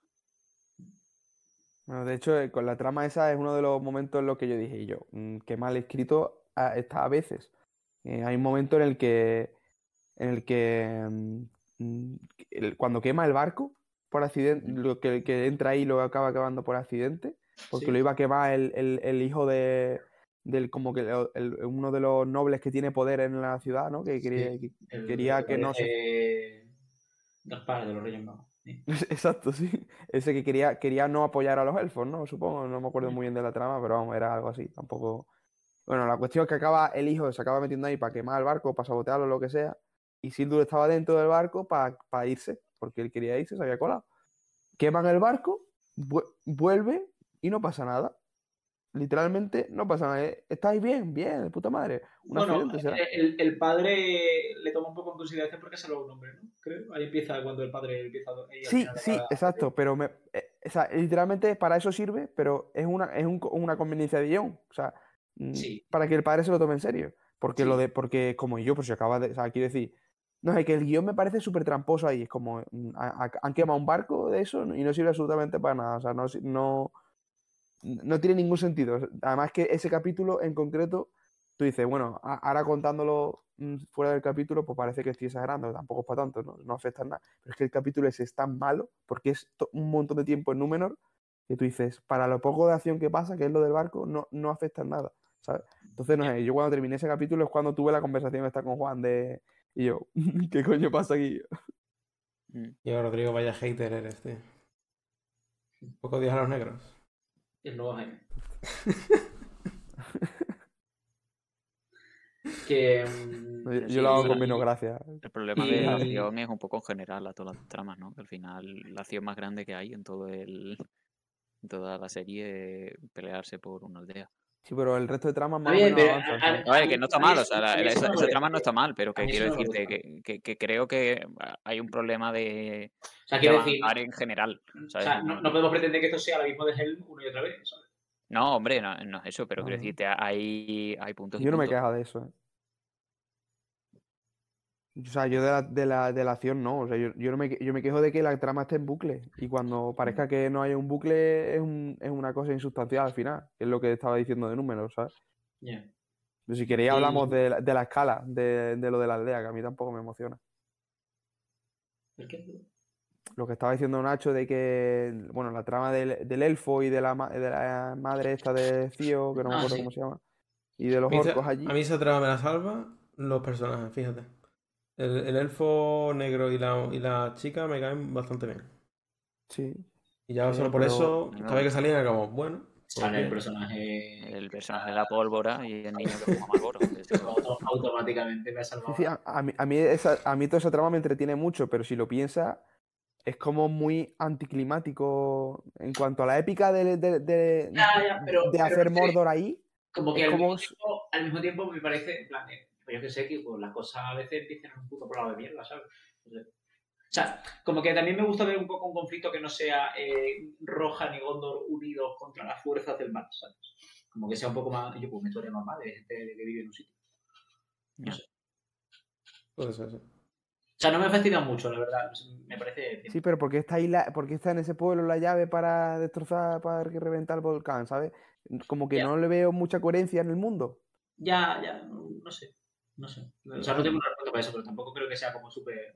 bueno, de hecho, con la trama esa es uno de los momentos en los que yo dije, y yo, qué mal escrito está a veces. Hay un momento en el que cuando quema el barco por accidente, lo que entra ahí lo acaba acabando por accidente, porque Sí. lo iba a quemar el hijo del como que uno de los nobles que tiene poder en la ciudad, ¿no? Que quería que no se... Gaspar de los Reyes Magos. Sí. Exacto, sí. Ese que quería no apoyar a los elfos, ¿no? Supongo, no me acuerdo muy bien de la trama, pero vamos, era algo así. Tampoco. Bueno, la cuestión es que el hijo se acaba metiendo ahí para quemar el barco, para sabotearlo, lo que sea. Y Sildur estaba dentro del barco para irse, porque él quería irse, se había colado. Queman el barco, vuelve y no pasa nada. Literalmente no pasa nada. ¿Estáis bien? Bien, de puta madre. Un Bueno, accidente será. el padre le toma un poco en consideración porque se lo un hombre, ¿no? Creo. Ahí empieza cuando el padre empieza y al Sí, final sí, acaba- exacto, pero o sea, literalmente para eso sirve, pero es una conveniencia de guión, o sea, Sí, para que el padre se lo tome en serio, porque sí. porque como yo, pues si acaba de, o sea, quiero decir, no sé, que el guión me parece súper tramposo ahí, es como, han quemado un barco de eso y no sirve absolutamente para nada, o sea, no tiene ningún sentido. Además que ese capítulo en concreto, tú dices, bueno, ahora contándolo fuera del capítulo, pues parece que estoy exagerando, tampoco es para tanto, no afecta en nada. Pero es que el capítulo ese es tan malo, porque es un montón de tiempo en Númenor, que tú dices, para lo poco de acción que pasa, que es lo del barco, no afecta en nada, ¿sabes? Entonces, no sé, yo cuando terminé ese capítulo es cuando tuve la conversación esta con Juan y yo, ¿qué coño pasa aquí? Mm. Y ahora, Rodrigo, vaya hater eres, tío. Un poco odias a los negros. El nuevo Jaime. Que, yo lo hago con menos gracia. El problema de la acción es un poco en general a todas las tramas, ¿no? Que al final la acción más grande que hay en toda la serie es pelearse por una aldea. Sí, pero el resto de tramas más o Bien, menos pero avanzan. A ver, que no está mal, o sea, a mí eso no me esa trama parece. no está mal, pero A que mí eso quiero no me decirte que creo que hay un problema de O sea, quiero decir, avanzar en general, o ¿sabes? sea, no podemos pretender que esto sea lo mismo de Helm una y otra vez, ¿sabes? No, hombre, no es eso, pero quiero No. decirte, hay puntos y Yo no me puntos. quejo de eso, ¿eh? O sea, yo de la acción no. O sea, yo me quejo de que la trama esté en bucle. Y cuando parezca que no hay un bucle, es una cosa insustancial al final. Que es lo que estaba diciendo de números, ¿sabes? Yeah. Pero si queréis hablamos de la escala, de lo de la aldea, que a mí tampoco me emociona. ¿Por qué? Lo que estaba diciendo Nacho de que, bueno, la trama del elfo y de la madre esta de Cío, que no me acuerdo Sí. cómo se llama, y de los orcos allí. A mí esa trama me la salva los personajes, fíjate. El elfo negro y la chica me caen bastante bien. Sí. Y ya solo por eso, cada vez que salían era como, bueno. Sale el personaje de la pólvora y el niño que fuma Marlboro. Automáticamente me ha salvado. Sí, a mí toda esa trama me entretiene mucho, pero si lo piensas, es como muy anticlimático en cuanto a la épica de hacer Mordor ahí. Como que al mismo tiempo me parece, en plan, pues yo que sé, que pues, las cosas a veces empiezan un puto por lado de mierda, ¿sabes? O sea, como que también me gusta ver un poco un conflicto que no sea Rohan y Gondor unidos contra las fuerzas del mal, ¿sabes? Como que sea un poco más, yo pues una historia normal de gente que vive en un sitio. No sé. Puede ser, sí. O sea, no me fastidia mucho, la verdad. Me parece... Sí, pero ¿por qué está en ese pueblo la llave para destrozar, para que reventar el volcán, ¿sabes? Como que no le veo mucha coherencia en el mundo. Ya, no sé. O sea, no tengo una respuesta para eso, pero tampoco creo que sea como súper...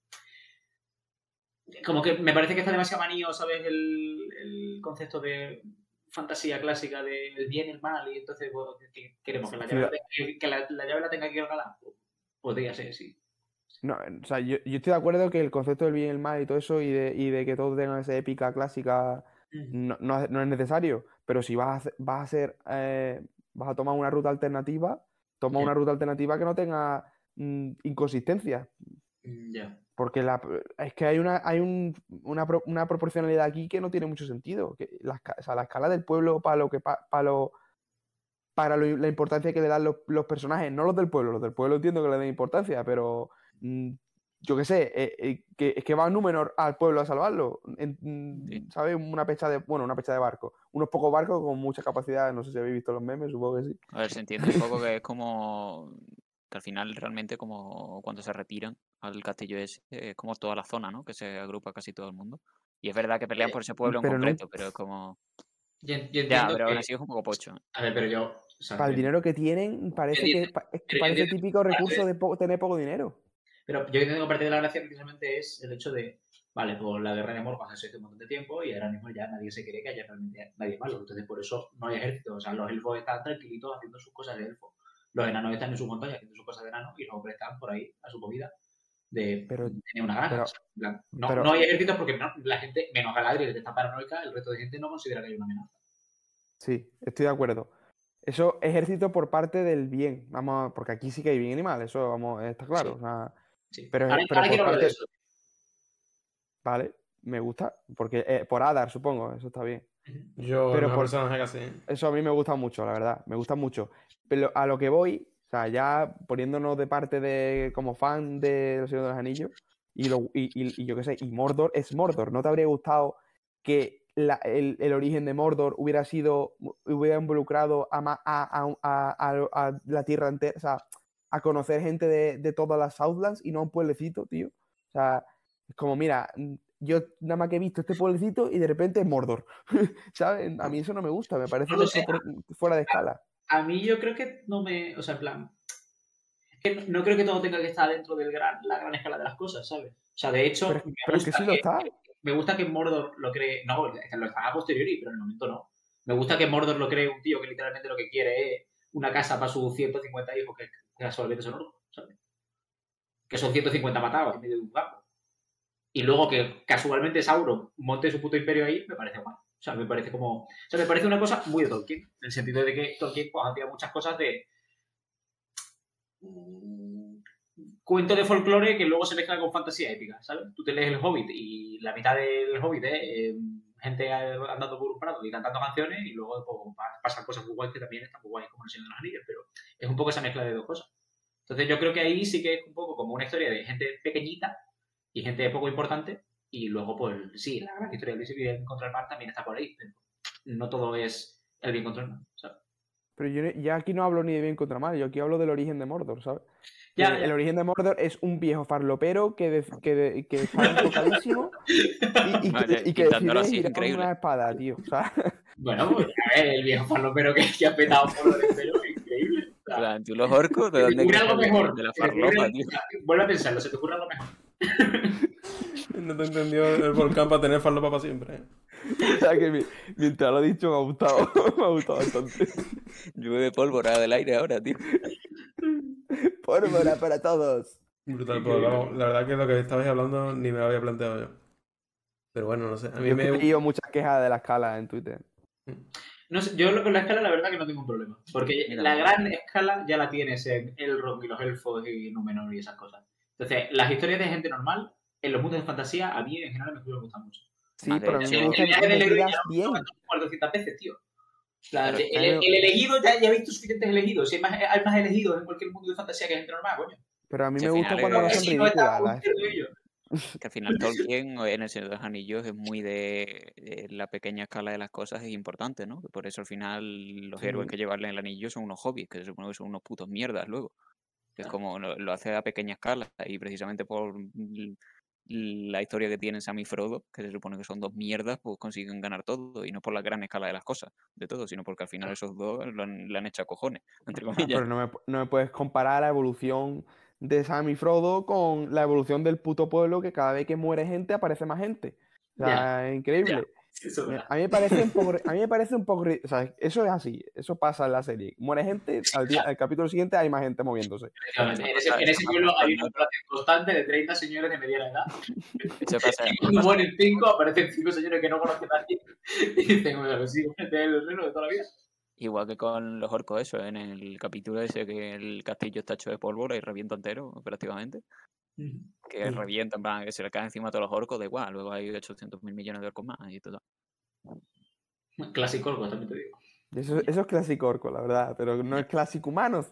Como que me parece que está demasiado manío, ¿sabes? El concepto de fantasía clásica del bien y el mal, y entonces ¿qué queremos? ¿Que la llave la tenga que regalar? Podría ser, sí. No, o sea, yo estoy de acuerdo que el concepto del bien y el mal y todo eso, y de que todos tengan esa épica clásica, no es necesario. Pero si vas a tomar una ruta alternativa, toma una ruta alternativa que no tenga inconsistencia. Ya. Porque es que hay una proporcionalidad aquí que no tiene mucho sentido. O sea, la escala del pueblo para la importancia que le dan los personajes, no los del pueblo. Los del pueblo entiendo que le den importancia, pero yo qué sé, es que va Númenor al pueblo a salvarlo. ¿Sabes? Una pecha de barco. Unos pocos barcos con mucha capacidad. No sé si habéis visto los memes, supongo que sí. A ver, se entiende un poco que es como que al final realmente como cuando se retiran al castillo ese, es como toda la zona, ¿no? Que se agrupa casi todo el mundo. Y es verdad que pelean por ese pueblo en concreto, pero es como... Ya, pero aún así es un poco pocho. A ver, pero yo... O sea, para el dinero que tienen, parece típico recurso de tener poco dinero. Pero yo entiendo que parte de la gracia precisamente es el hecho de, vale, pues la guerra de Morgoth se hizo un montón de tiempo y ahora mismo ya nadie se cree que haya realmente nadie malo. Entonces por eso no hay ejército. O sea, los elfos están tranquilitos haciendo sus cosas de elfo. Los enanos están en sus montañas haciendo sus cosas de enano y los hombres están por ahí a su movida de tener una granja. No hay ejércitos porque la gente, menos Galadriel, que está paranoica, el resto de gente no considera que hay una amenaza. Sí, estoy de acuerdo. Eso, ejército por parte del bien. Vamos, porque aquí sí que hay bien y mal, eso está claro. Sí. O sea, sí. Pero ahora quiero hablar de eso. Vale, me gusta. Porque por Adar, supongo, eso está bien. Pero por personaje casi. Eso a mí me gusta mucho, la verdad. Me gusta mucho. Pero a lo que voy, o sea, ya poniéndonos de parte de como fan de Los Señores de los Anillos, y yo qué sé, y Mordor es Mordor. ¿No te habría gustado que el origen de Mordor hubiera involucrado a la tierra entera, o sea, a conocer gente de todas las Southlands y no un pueblecito, tío? O sea, es como, mira, yo nada más que he visto este pueblecito y de repente es Mordor, ¿sabes? A mí eso no me gusta, me parece fuera de escala. A mí yo creo que no me, o sea, en plan, que no creo que todo tenga que estar dentro de la gran escala de las cosas, ¿sabes? O sea, de hecho, pero es que sí lo está. Me gusta que Mordor lo cree, no, lo está a posteriori, pero en el momento no. Me gusta que Mordor lo cree un tío que literalmente lo que quiere es una casa para sus 150 hijos que casualmente son orcos, ¿sabes? Que son 150 matados en medio de un campo. Y luego que casualmente Sauron monte su puto imperio ahí, me parece mal. O sea, me parece como... O sea, me parece una cosa muy de Tolkien, en el sentido de que Tolkien pues, hacía muchas cosas de... cuento de folclore que luego se mezcla con fantasía épica, ¿sabes? Tú te lees El Hobbit y la mitad del Hobbit es gente andando por un prado y cantando canciones y luego pues, pasan cosas muy guays que también están muy guays como El Señor de los Anillos, pero es un poco esa mezcla de dos cosas. Entonces yo creo que ahí sí que es un poco como una historia de gente pequeñita y gente poco importante y luego pues sí, la gran historia del bien contra el mal también está por ahí, pero no todo es el bien contra el mal, ¿sabes? Pero yo ya aquí no hablo ni de bien contra mal, yo aquí hablo del origen de Mordor, ¿sabes? Ya. El origen de Mordor es un viejo farlopero que está enfocadísimo y que decide ir con una espada, tío. ¿Sabes? Bueno, pues a ver, el viejo farlopero que ha petado por el entero es increíble. O sea, ¿tú los orcos? ¿De dónde ocurre algo mejor? De la farlopa, tío. Vuelve a pensarlo, se te ocurre algo mejor. No te entendió el volcán para tener farlopa para siempre. O sea que mientras lo he dicho me ha gustado. Me ha gustado bastante. Llueve pólvora del aire ahora, tío. Pólvora para todos. Brutal, pues vamos, la verdad que lo que estabais hablando ni me lo había planteado yo. Pero bueno, no sé. A mí yo he leído muchas quejas de la escala en Twitter. No sé, yo con la escala la verdad que no tengo un problema. Porque la gran escala ya la tienes en Elrond y los elfos y Númenor y esas cosas. Entonces, las historias de gente normal, en los mundos de fantasía, a mí en general me gustan mucho. Sí, pero a mí me gusta que me digas bien. 200 veces, tío. Claro, el elegido, ya he visto suficientes elegidos. Hay más elegidos en cualquier mundo de fantasía que gente normal, coño. Pero a mí me gusta cuando no son ridículas. Que al final Tolkien en El Señor de los Anillos es muy de la pequeña escala de las cosas, es importante, ¿no? Por eso al final los héroes que llevan el anillo son unos hobbits, que se supone que son unos putos mierdas luego. Es como lo hace a pequeña escala y precisamente por la historia que tienen Sam y Frodo, que se supone que son dos mierdas, pues consiguen ganar todo y no por la gran escala de las cosas, de todo, sino porque al final esos dos le han hecho a cojones, entre comillas. Pero no me puedes comparar la evolución de Sam y Frodo con la evolución del puto pueblo, que cada vez que muere gente aparece más gente. O sea, es increíble. Sí, a mí me parece un poco, o sea, eso es así, eso pasa en la serie. Muere gente, al capítulo siguiente hay más gente moviéndose. En ese pueblo hay una población constante de 30 señores de mediana edad. Eso pasa. Y cuando mueren 5, aparecen 5 señores que no conocen a nadie y dicen, bueno, sí, gente del reino de toda la vida. Igual que con los orcos, eso, en el capítulo ese que el castillo está hecho de pólvora y revienta entero, prácticamente. Que revienta, en plan, que se le cae encima a todos los orcos, da igual, luego hay 800.000 millones de orcos más y todo. Clásico orco, también te digo. Eso es clásico orco, la verdad, pero no es clásico humanos.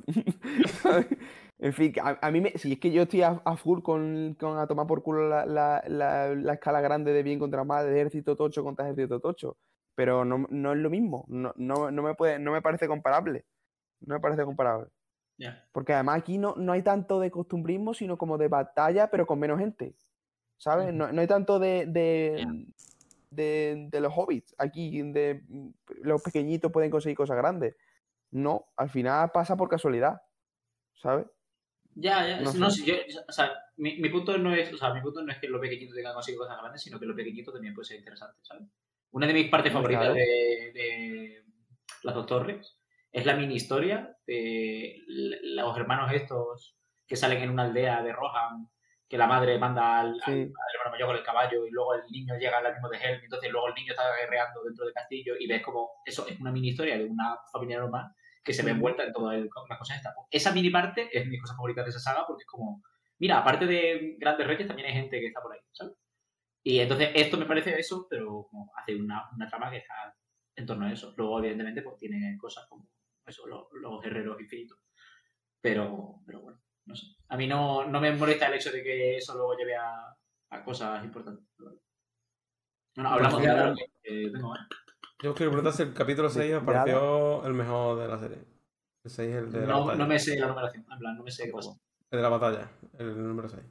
En fin, a mí si es que yo estoy a full con a tomar por culo la escala grande de bien contra mal, de ejército tocho contra ejército tocho. Pero no es lo mismo. No me parece comparable. No me parece comparable. Yeah. Porque además aquí no hay tanto de costumbrismo, sino como de batalla, pero con menos gente. ¿Sabes? No hay tanto de los hobbits. Aquí los pequeñitos pueden conseguir cosas grandes. No, al final pasa por casualidad. ¿Sabes? Ya. No sé, o sea, mi punto no es, que los pequeñitos tengan conseguido cosas grandes, sino que los pequeñitos también puede ser interesante, ¿sabes? Una de mis partes favoritas de Las Dos Torres es la mini historia de los hermanos estos que salen en una aldea de Rohan, que la madre manda al hermano mayor con el caballo y luego el niño llega al mismo de Helm, y entonces luego el niño está guerreando dentro del castillo y ves como eso es una mini historia de una familia normal que se ve envuelta en todas las cosas estas. Esa mini parte es mi cosa favorita de esa saga porque es como, mira, aparte de Grandes Reyes también hay gente que está por ahí, ¿sabes? Y entonces esto me parece eso, pero como hace una trama que está en torno a eso. Luego, evidentemente, pues tiene cosas como eso, los guerreros infinitos. Pero bueno, no sé. A mí no me molesta el hecho de que eso luego lleve a cosas importantes. Bueno, hablamos de ahora que tengo, Yo quiero preguntar si el capítulo 6 os pareció el mejor de la serie. El 6 es el de la batalla. No me sé la numeración, en plan, no me sé qué pasa. El de la batalla, el número 6.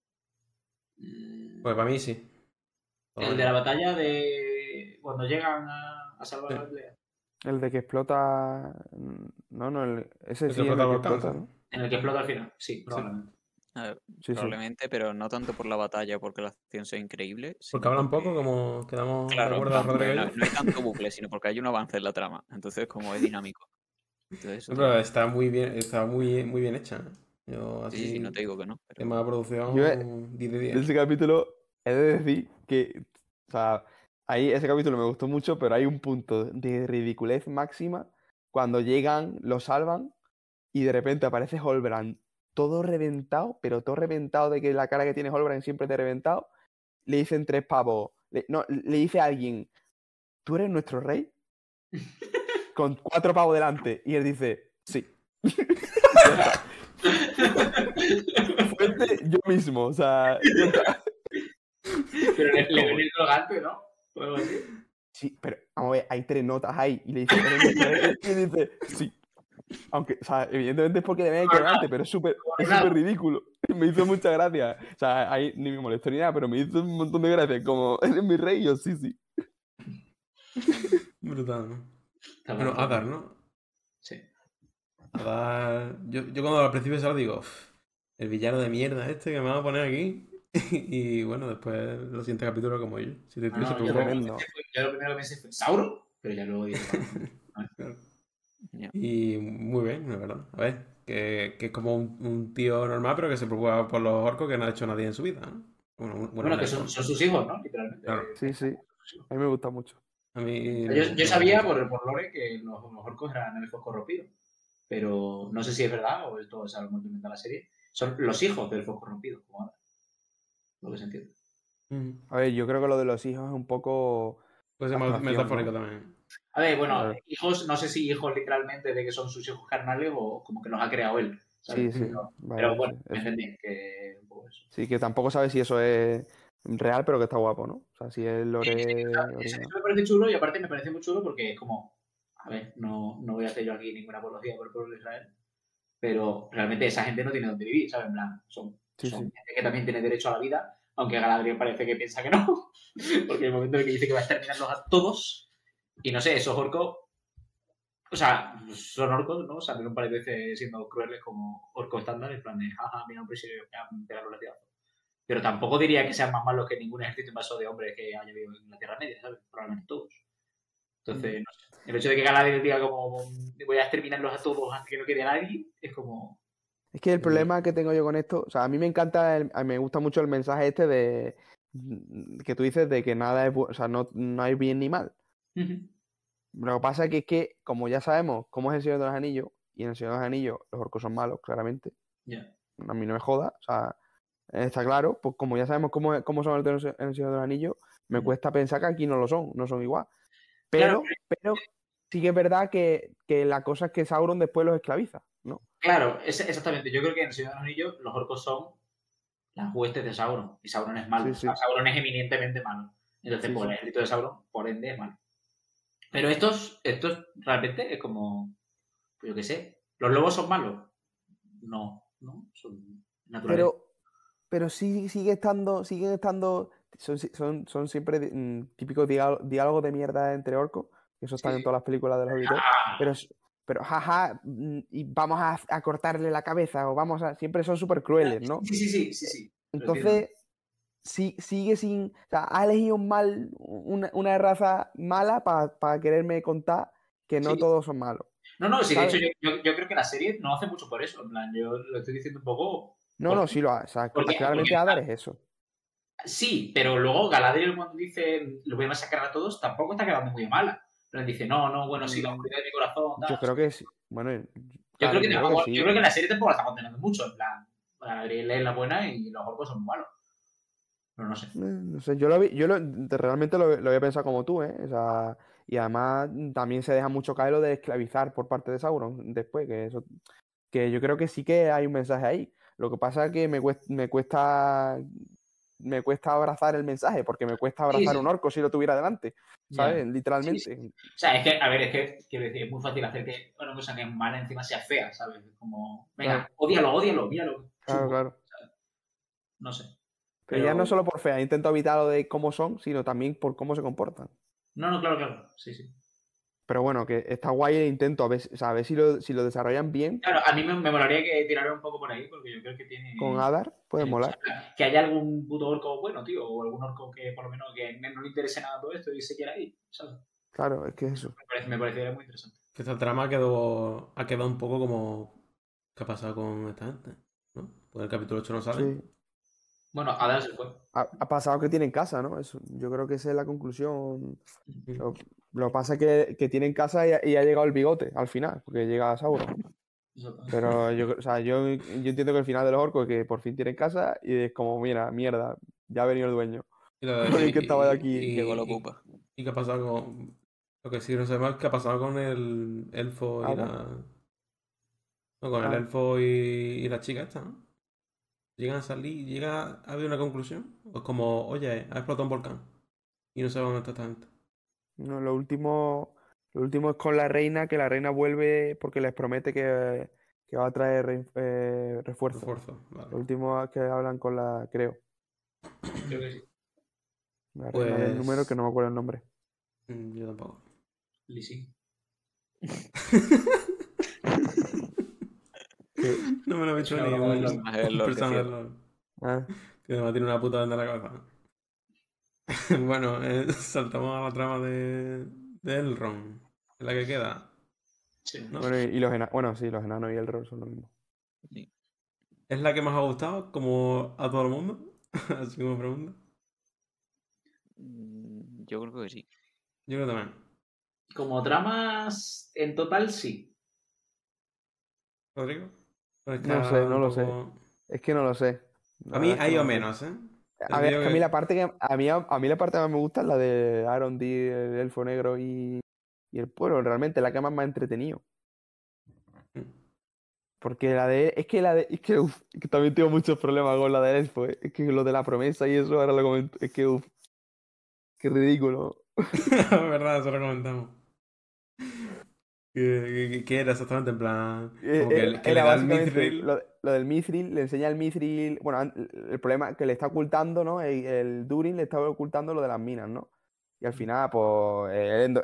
Pues para mí sí. El de la batalla de cuando llegan a salvar la aldea. El de que explota. Ese el sí que explota el que volcán, explota, ¿no? En el que explota al final, sí, probablemente. Probablemente, pero no tanto por la batalla, porque la acción sea increíble. Porque habla un poco, como quedamos de acuerdo a Rodrigo. No hay tanto bucle, sino porque hay un avance en la trama. Entonces, como es dinámico. Entonces, pero está muy bien, muy bien hecha. Yo así, sí, no te digo que no. Pero... Tema de producción, 10 de 10. De ese capítulo he de decir que, o sea, ese capítulo me gustó mucho, pero hay un punto de ridiculez máxima cuando llegan, lo salvan y de repente aparece Halbrand todo reventado, pero todo reventado de que la cara que tiene Halbrand siempre te reventado. Le dicen 3 pavos. Le dice a alguien, ¿tú eres nuestro rey? Con 4 pavos delante. Y él dice, sí. Fuente yo mismo, o sea. Pero le viene el colgante, ¿no? O algo así. Sí, pero vamos a ver, hay 3 notas ahí. Y le dice, ¿eres nuestro rey? Y él dice, sí. Aunque, o sea, evidentemente es porque le ven el colgante, pero es súper ridículo. Me hizo mucha gracia. O sea, ahí ni me molestó ni nada, pero me hizo un montón de gracia. Como, ¿eres mi rey? Y yo, sí, sí. Brutal, ¿no? Bueno, Adar, Adar, ¿no? Sí. Adar... Yo cuando al principio se lo digo, el villano de mierda este que me van a poner aquí. Y bueno, después los siguientes capítulos como yo. Si te yo lo primero que pensé fue Sauron, pero ya luego dije... Yeah. Y muy bien, la verdad. A ver, que es como un tío normal, pero que se preocupa por los orcos que no ha hecho nadie en su vida, ¿no? Bueno, que son sus hijos, ¿no? Literalmente. Claro. Sí, sí. A mí me gusta mucho. A mí yo sabía por Lore que los orcos eran elfos corrompidos, pero no sé si es verdad o esto es algo que inventa la serie. Son los hijos de elfos corrompidos, como ahora. Lo que se entiende. A ver, yo creo que lo de los hijos es un poco... Puede ser metafórico, ¿no? También. A ver, bueno, hijos, no sé si hijos literalmente de que son sus hijos carnales o como que los ha creado él, ¿sabes? Sí, sí. Pero bueno, me entendí que un poco eso. Sí, que tampoco sabes si eso es real, pero que está guapo, ¿no? O sea, si es Lore... Eso me parece chulo y aparte me parece muy chulo porque es como, a ver, no voy a hacer yo aquí ninguna apología por el pueblo de Israel, pero realmente esa gente no tiene dónde vivir, ¿sabes? En plan, son gente que también tiene derecho a la vida, aunque Galadriel parece que piensa que no, porque el momento en el que dice que va a exterminarlos a todos, y no sé, esos orcos, o sea, son orcos, ¿no? Salen un par de veces siendo crueles como orcos estándar, en plan de, jaja, mira un prisionero, voy a pegarlo latigazos. Pero tampoco diría que sean más malos que ningún ejército invasor de hombres que haya habido en la Tierra Media, ¿sabes? Probablemente todos. Entonces, no sé. El hecho de que Galadriel diga como voy a exterminarlos a todos hasta que no quede nadie, es como... Es que el problema que tengo yo con esto, o sea, a mí me encanta, me gusta mucho el mensaje este de que tú dices de que nada es, o sea, no hay bien ni mal. Lo que pasa es que, como ya sabemos cómo es el Señor de los Anillos, y en el Señor de los Anillos los orcos son malos, claramente. A mí no me joda, o sea, está claro, pues como ya sabemos cómo son en el Señor de los Anillos, me cuesta pensar que aquí no lo son, no son igual. Pero sí que es verdad que la cosa es que Sauron después los esclaviza, ¿no? Claro, exactamente. Yo creo que en el Señor de los Anillos los orcos son las huestes de Sauron, y Sauron es malo. Sí. O sea, Sauron es eminentemente malo. Entonces, el ejército de Sauron, por ende, es malo. Pero estos realmente es como, pues yo qué sé, ¿los lobos son malos? No, son naturales. Pero sí siguen estando, son siempre típicos diálogos de mierda entre orcos, que eso está en todas las películas de los Hobbits, pero jaja, y vamos a cortarle la cabeza, o siempre son súper crueles, ¿no? Sí. Entonces, sigue sin, o sea, ha elegido una raza mala para quererme contar que no todos son malos. No, sí, ¿sabes? De hecho yo creo que la serie no hace mucho por eso, en plan, yo lo estoy diciendo un poco... No, sí lo hace, o sea, claramente Adar es eso. Sí, pero luego Galadriel cuando dice lo voy a masacrar a todos, tampoco está quedando muy mala. Pero dice, no, bueno, sí, la oscuridad de mi corazón. Yo creo que sí. Bueno, yo creo que la serie tampoco la está condenando mucho. En plan, Galadriel es la buena y los orcos son malos. Pero no sé. No sé, yo realmente lo había pensado como tú, ¿eh? O sea, y además también se deja mucho caer lo de esclavizar por parte de Sauron después, que yo creo que sí que hay un mensaje ahí. Lo que pasa es que me cuesta abrazar el mensaje, porque me cuesta abrazar un orco si lo tuviera delante, ¿sabes? Literalmente. Sí. O sea, es que quiero decir, es muy fácil hacer que una cosa que es mala encima sea fea, ¿sabes? Como, venga, ódialo, míralo. Claro. ¿sabes? No sé. Pero ya no solo por fea, intento evitar lo de cómo son, sino también por cómo se comportan. No, claro. Sí. Pero bueno, que está guay el intento, a ver si lo desarrollan bien. Claro, a mí me molaría que tiraran un poco por ahí, porque yo creo que tiene... Con Adar puede molar. O sea, que haya algún puto orco bueno, tío, o algún orco que por lo menos que no le interese nada todo esto y se quiera ir, ¿sabes? Claro, es que eso. Me parecería muy interesante. Que esta trama ha quedado un poco como... ¿Qué ha pasado con esta gente? ¿No? Pues el capítulo 8 no sale. Sí. Bueno, Adar se fue. Ha pasado que tienen casa, ¿no? Eso, yo creo que esa es la conclusión. Lo que pasa es que tienen casa y ha llegado el bigote al final, porque llega Sauron. Pero yo entiendo que el final de los orcos es que por fin tienen casa y es como, mira, mierda, ya ha venido el dueño. Y que estaba de aquí. Y llegó la pupa. ¿Y qué ha pasado con...? Lo que sí no sabemos es qué ha pasado con el elfo y la... No, con el elfo y la chica esta, ¿no? ¿Llegan a salir? ¿Ha habido una conclusión? ¿O es como, oye, ha explotado un volcán? Y no sabemos dónde está esta gente. No, lo último es con la reina, que la reina vuelve porque les promete que va a traer refuerzo. Vale. Lo último que hablan con la, creo. Creo que sí. La reina del número, que no me acuerdo el nombre. Yo tampoco. Lizzie. No me lo he visto ni un personaje del LOL. Que me va a tirar una puta venda en la cabeza. Bueno, saltamos a la trama de Elrond. ¿Es la que queda? Sí. ¿No? Bueno, y los enanos. Bueno, sí, los enanos y el rol son lo mismo. Sí. ¿Es la que más ha gustado? Como a todo el mundo. Así como pregunta. Yo creo que sí. Yo creo también. Como tramas, en total sí. ¿Rodrigo? No sé, no lo sé. Es que no lo sé. A mí ha ido menos, ¿eh? A mí la parte que a mí la parte que más me gusta es la de Arondí, el elfo negro y el pueblo. Realmente la que más me ha entretenido. Porque es que también tengo muchos problemas con la del elfo, ¿eh? Es que lo de la promesa y eso ahora lo comento. Es que qué ridículo. Verdad, eso lo comentamos. ¿Qué era exactamente? En plan. Como que le da el mithril. Lo del mithril, le enseña el mithril. Bueno, el problema es que le está ocultando, ¿no? El Durin le está ocultando lo de las minas, ¿no? Y al final, pues,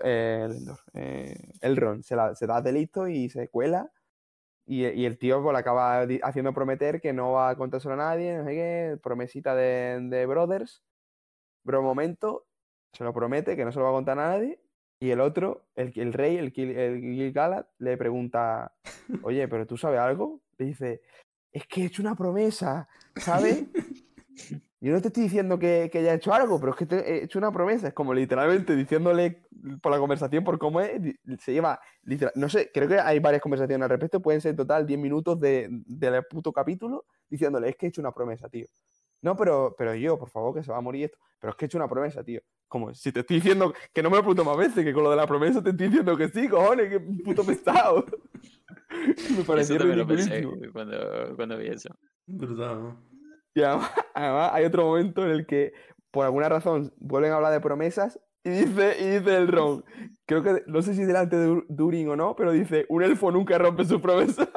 Elrond se da de listo y se cuela. Y el tío pues, le acaba haciendo prometer que no va a contárselo a nadie, no sé qué, promesita de Brothers. Pero un momento, se lo promete que no se lo va a contar a nadie. Y el otro, el rey, el Gil-galad, le pregunta, oye, ¿pero tú sabes algo? Le dice, es que he hecho una promesa, ¿sabes? Yo no te estoy diciendo que haya hecho algo, pero es que he hecho una promesa. Es como literalmente diciéndole por la conversación, por cómo es, se lleva, no sé, creo que hay varias conversaciones al respecto, pueden ser en total 10 minutos del puto capítulo, diciéndole, es que he hecho una promesa, tío. No, pero yo, por favor, que se va a morir esto. Pero es que he hecho una promesa, tío. Como, si te estoy diciendo que no me lo pregunto más veces, que con lo de la promesa te estoy diciendo que sí, cojones, que puto pesado. Me pareció ridiculísimo. Cuando vi eso. Brutal, ¿no? Y además hay otro momento en el que, por alguna razón, vuelven a hablar de promesas y dice Elrond, creo que, no sé si delante de Durin o no, pero dice, un elfo nunca rompe su promesa.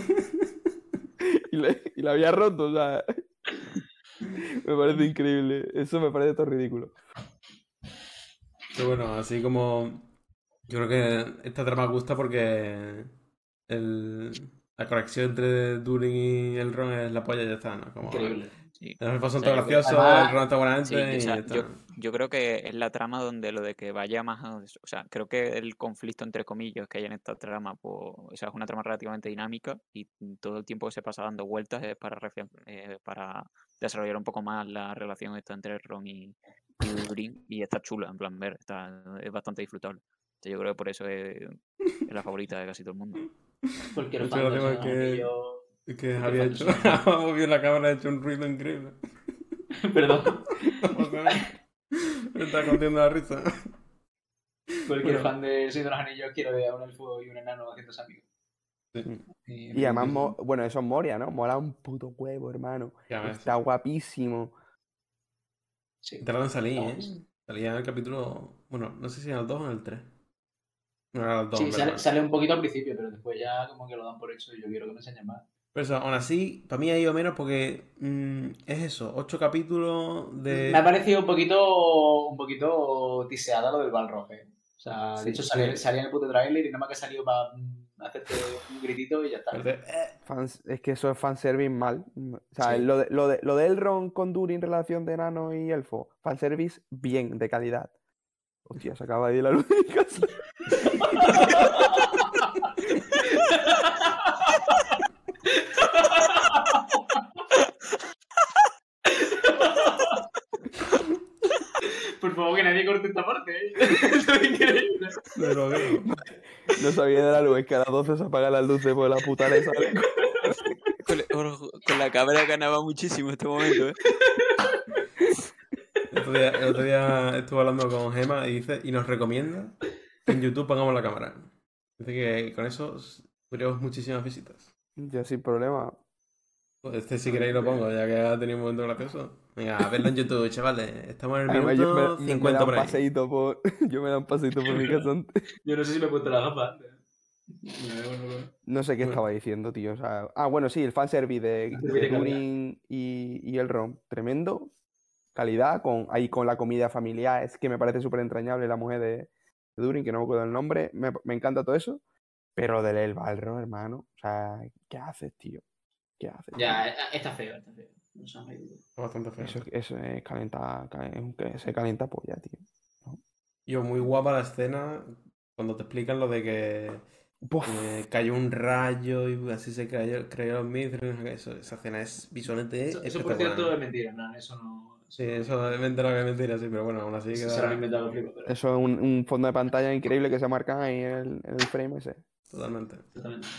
y la había roto, o sea... Me parece increíble. Eso me parece todo ridículo. Pero bueno, así como... Yo creo que esta trama gusta porque la conexión entre Durin y Elrond es la polla y ya está, ¿no? Como, increíble. Sí. Los elfos son todos graciosos, Elrond está buena gente sí, y ya está. Yo creo que es la trama donde lo de que vaya más... O sea, creo que el conflicto entre comillas que hay en esta trama, pues, o sea, es una trama relativamente dinámica y todo el tiempo que se pasa dando vueltas es para desarrollar un poco más la relación esta entre Elrond y Durin, y está chula, en plan, es bastante disfrutable. Entonces, yo creo que por eso es la favorita de casi todo el mundo. Cualquier fan de que había hecho... Obvio, la cámara ha hecho un ruido increíble. Perdón. Me está contiendo la risa. Cualquier fan de Señor de los Anillos quiere ver a un elfo y un enano haciéndose amigos. Sí. Y además, bueno, eso es Moria, ¿no? Mola un puto huevo, hermano. Está guapísimo. Sí. Tardan en salir, ¿eh? Salía en el capítulo... Bueno, no sé si en el 2 o en el 3. No era el 2. Sí, sale un poquito al principio, pero después ya como que lo dan por hecho y yo quiero que me enseñen más. Pero eso, aún así, para mí ha ido menos porque es eso, 8 capítulos de... Me ha parecido un poquito tiseada lo del Balrog, ¿eh? O sea, de hecho salía en el puto trailer y nada más que ha salido para hacerte un gritito y ya está. Es que eso es fanservice mal. O sea, sí. lo de Elrond con Durin, relación de enano y elfo, fanservice bien, de calidad. Hostia, se acaba de ir la luz de mi casa. Por favor, que nadie corte esta parte, ¿eh? Esto es increíble. No sabía de la luz, es que a las 12 se apagan las luces por la puta le sale. Con la cámara ganaba muchísimo este momento, ¿eh? El otro día estuve hablando con Gemma y nos recomienda que en YouTube pongamos la cámara. Dice que con eso tendríamos muchísimas visitas. Yo sin problema. Pues si queréis lo pongo, ya que ha tenido un momento gracioso. Venga, a verlo en YouTube, chavales. Estamos en el Además, minuto me 50 da por un ahí. paseíto por. Yo me da un paseíto por mi casa antes. Yo no sé si me he puesto la gafa antes. No sé qué estaba diciendo, tío. O sea, bueno, sí, el fanservice de Durin y el ROM. Tremendo. Calidad, ahí con la comida familiar. Es que me parece súper entrañable la mujer de Durin, que no me acuerdo el nombre. Me encanta todo eso. Pero del El Balrog, hermano. O sea, ¿qué haces, tío? ¿Qué haces? Ya, está feo, está feo. No Es bastante feo. Eso es se calienta polla, tío. ¿No? Yo, muy guapa la escena cuando te explican lo de que cayó un rayo y así se creó el Mithril. Esa escena es visualmente eso por cierto es mentira, no, eso no. Sí, eso es mentira, sí, pero bueno, aún así Eso queda... se lo han inventado, pero... Eso es un fondo de pantalla increíble que se marca ahí en el frame ese. Totalmente. Exactamente.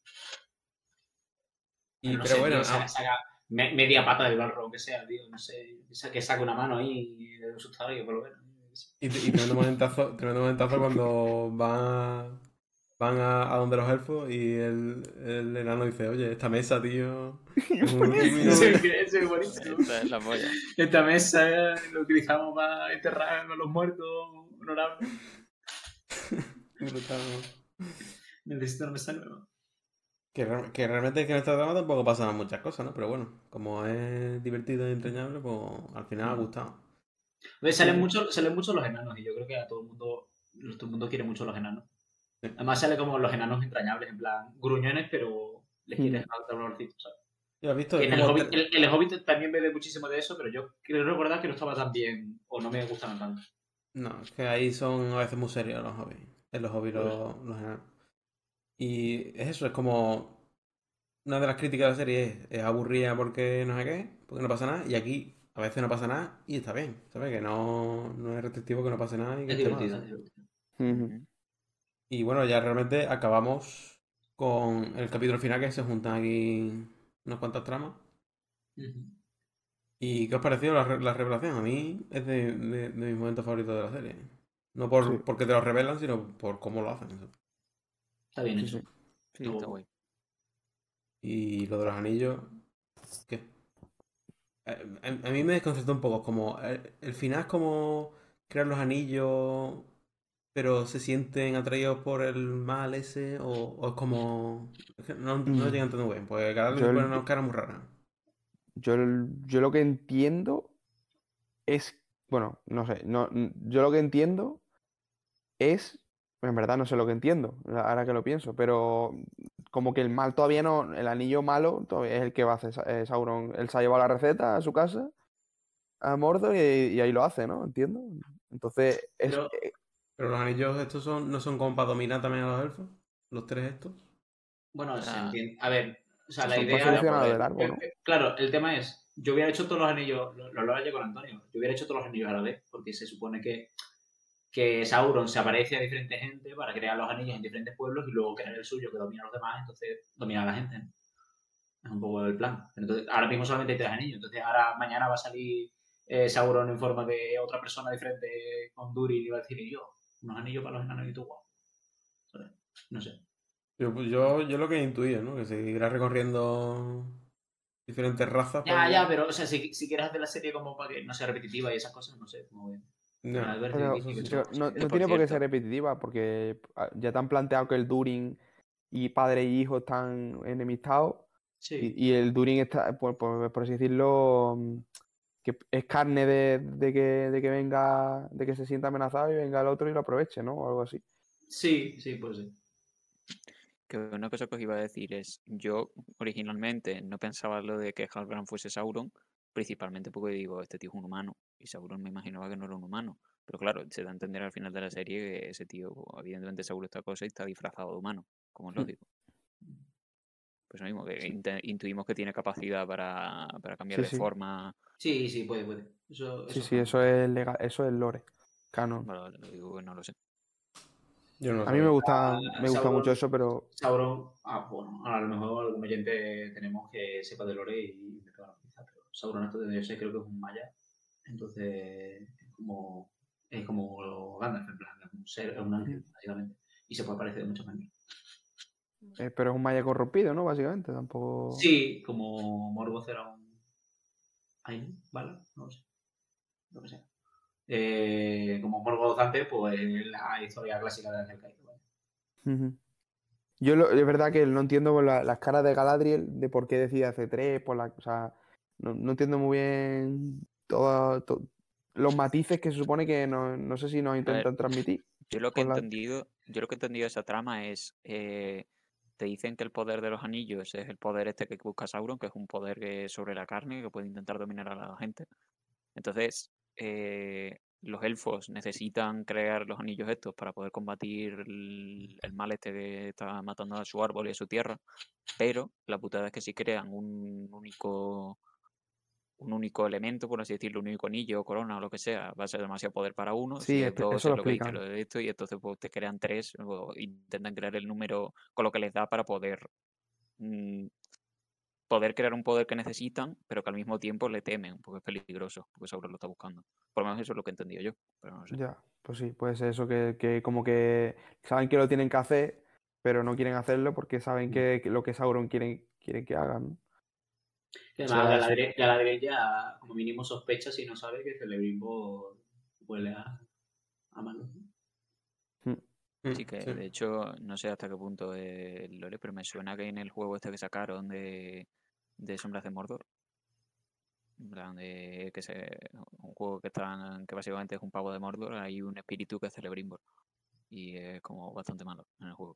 Y, no pero sé, bueno, tío, saca media pata del barro, que sea, tío, no sé, que saque una mano ahí de un sustario, por lo menos. y tremendo momentazo cuando van a donde los elfos y el enano dice, oye, esta mesa, tío... Es buenísimo. Esta es la polla. Esta mesa lo utilizamos para enterrar a los muertos honorables. Brutal. Necesito una mesa nueva. Que realmente es que en esta trama tampoco pasan muchas cosas, ¿no? Pero bueno, como es divertido y entrañable, pues al final ha gustado. Salen mucho los enanos y yo creo que a todo el mundo quiere mucho los enanos. Sí. Además sale como los enanos entrañables, en plan gruñones, pero les quieres dar un olorcito, ¿sabes? ¿Ya has visto? En el Hobbit también bebe muchísimo de eso, pero yo creo recordar que no estaba tan bien o no me gustan tanto. No, es que ahí son a veces muy serios los Hobbits. En los Hobbits los enanos. Y es eso, es como... Una de las críticas de la serie es aburrida porque no sé qué, porque no pasa nada, y aquí a veces no pasa nada y está bien, ¿sabes? Que no es restrictivo que no pase nada y que esté mal. Y bueno, ya realmente acabamos con el capítulo final, que se juntan aquí unas cuantas tramas. ¿Y qué os pareció la revelación? A mí es de mis momentos favoritos de la serie. No porque te lo revelan, sino por cómo lo hacen. ¿sabes? Está bien hecho. Sí, está guay. Y lo de los anillos, ¿qué? A mí me desconcertó un poco, como el final es como crear los anillos, pero se sienten atraídos por el mal ese, o es como... Es que no llegan a entender muy bien, porque cada vez le ponen una cara muy rara. Yo lo que entiendo es, bueno, no sé, yo lo que entiendo es, en verdad no sé lo que entiendo, ahora que lo pienso, pero como que el mal todavía no, el anillo malo todavía es el que va a hacer Sauron. Él se ha llevado la receta a su casa, a Mordor, y ahí lo hace, ¿no? Entiendo. Entonces, pero los anillos estos no son como para dominar también a los elfos, los tres estos. Bueno, se entiende. A ver, o sea, la son idea... para solucionar del árbol, ¿no? Claro, el tema es, yo hubiera hecho todos los anillos, lo hablaba yo con Antonio, yo hubiera hecho todos los anillos a la vez, porque se supone que Sauron se aparece a diferente gente para crear los anillos en diferentes pueblos y luego crear el suyo que domina a los demás, entonces domina a la gente, ¿no? Es un poco el plan. Entonces, ahora mismo solamente hay 3 anillos, entonces ahora mañana va a salir Sauron en forma de otra persona diferente con Durin y va a decir, y yo, unos anillos para los enanos y tú, guau. No sé. Yo lo que he intuido, ¿no? Que seguirá recorriendo diferentes razas. Ya, pero, o sea, si quieres hacer la serie como para que no sea repetitiva y esas cosas, no sé, como bien. Pero no tiene por qué ser repetitiva, porque ya te han planteado que el Durin y padre y hijo están enemistados. Sí. Y el Durin está, por así decirlo, que es carne de que venga, de que se sienta amenazado y venga el otro y lo aproveche, ¿no? O algo así. Sí, pues sí. Que una cosa que os iba a decir es, yo originalmente no pensaba lo de que Halbrand fuese Sauron, principalmente porque digo, este tío es un humano, y Sauron me imaginaba que no era un humano. Pero claro, se da a entender al final de la serie que ese tío, evidentemente seguro esta cosa y está disfrazado de humano, como es lógico. Pues lo mismo, que intuimos que tiene capacidad para cambiar de Sí. forma. Sí, puede. Eso Eso es legal, eso es lore, canon. Bueno, lo digo que no lo sé. Yo no lo A mí me gusta Sauron, mucho eso, pero Sauron, bueno, a lo mejor algún oyente tenemos que sepa de lore y me pega la pizza, pero Sauron esto de Dios creo que es un maya, entonces es como Gandalf, en plan, es un ser, es un ángel, básicamente, y se puede parecer de muchas maneras. pero es un maya corrompido, ¿no? Básicamente, tampoco... Sí, como Morgoth era un... Ay, ¿vale? No lo sé, lo que sea. Como Morgoth antes, pues la historia clásica de Ángel Caído, ¿vale? Yo es verdad que no entiendo las caras de Galadriel, de por qué decide hacer 3, o sea, no entiendo muy bien los matices que se supone que no sé si nos intentan transmitir. Yo lo que he entendido de esa trama es, te dicen que el poder de los anillos es el poder este que busca Sauron, que es un poder que es sobre la carne, que puede intentar dominar a la gente. Entonces, los elfos necesitan crear los anillos estos para poder combatir el mal este que está matando a su árbol y a su tierra, pero la putada es que si crean un único elemento, por así decirlo, un único anillo, corona o lo que sea, va a ser demasiado poder para uno, Sí, si es dos eso es lo lo que dice explican. lo de esto, y entonces pues te crean 3 o intentan crear el número con lo que les da para poder crear un poder que necesitan, pero que al mismo tiempo le temen, porque es peligroso, porque Sauron lo está buscando. Por lo menos eso es lo que he entendido yo, pero no sé. Ya, pues sí, puede ser eso que como que saben que lo tienen que hacer, pero no quieren hacerlo porque saben que lo que Sauron quiere que hagan, ¿no? Que Será además eso. Galadriel ya como mínimo sospecha si no sabe que Celebrimbor huele a mano. Sí, que de hecho no sé hasta qué punto es lore, pero me suena que en el juego este que sacaron de Sombras de Mordor, en plan de un juego que básicamente es un pavo de Mordor, hay un espíritu que es Celebrimbor y es como bastante malo en el juego.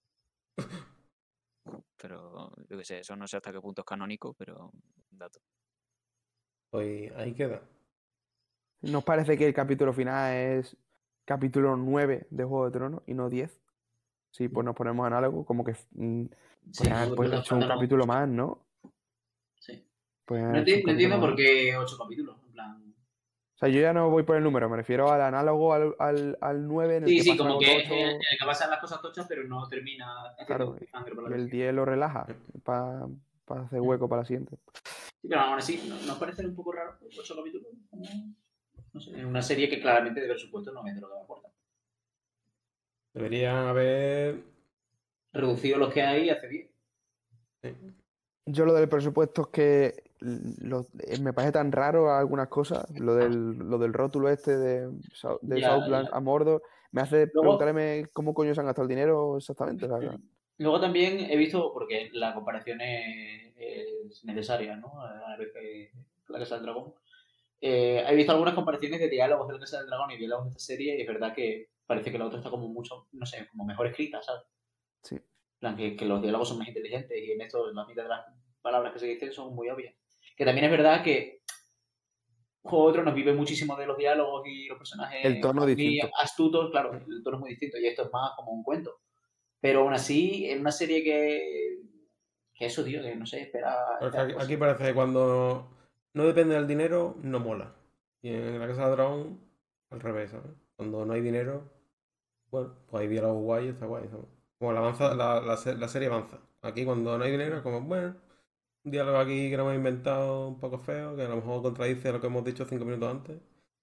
Pero yo qué sé, eso no sé hasta qué punto es canónico, pero dato. Pues ahí queda. ¿Nos parece que el capítulo final es capítulo 9 de Juego de Tronos y no 10? Sí, pues nos ponemos análogo, como que Sí, haber como que hecho un capítulo más, ¿no? Sí. Pues No hecho un capítulo entiendo por más. qué 8 capítulos, en plan... O sea, yo ya no voy por el número, me refiero al análogo al 9 en el que Sí, pasa como algo que en tocho. el que pasan las cosas tochas, pero no termina haciendo Claro, sangre por y la el vecina. 10 lo relaja para hacer hueco para la siguiente. Sí, pero aún así, ¿no parece un poco raro 8 capítulos? No sé, en una serie que claramente de presupuesto no vende lo que va a aportar. Deberían haber. Reducido los que hay hace 10. Sí. Yo lo del presupuesto es que me parece tan raro algunas cosas. Lo del rótulo este de Ya. Southland a Mordor me hace Luego, preguntarme cómo coño se han gastado el dinero exactamente. O sea, luego también he visto, porque la comparación es necesaria, ¿no? A la vez que la Casa del Dragón. He visto algunas comparaciones de diálogos de la Casa del Dragón y diálogos de esta serie, y es verdad que parece que la otra está como mucho, no sé, como mejor escrita, ¿sabes? sí. En plan, que los diálogos son más inteligentes y en esto la mitad de las palabras que se dicen son muy obvias. Que también es verdad que Juego de Tronos vive muchísimo de los diálogos y los El personajes tono muy distinto. astutos, claro, el tono es muy distinto y esto es más como un cuento. Pero aún así, en una serie que eso, tío, que no sé, Porque espera cosas. aquí parece que cuando no depende del dinero, no mola. Y en la Casa de Dragón, al revés, ¿sabes? Cuando no hay dinero, bueno, pues hay diálogos guay y está guay, ¿sabes? Como la serie avanza. Aquí cuando no hay dinero, es como, bueno, un diálogo aquí que nos hemos inventado un poco feo, que a lo mejor contradice lo que hemos dicho 5 minutos antes.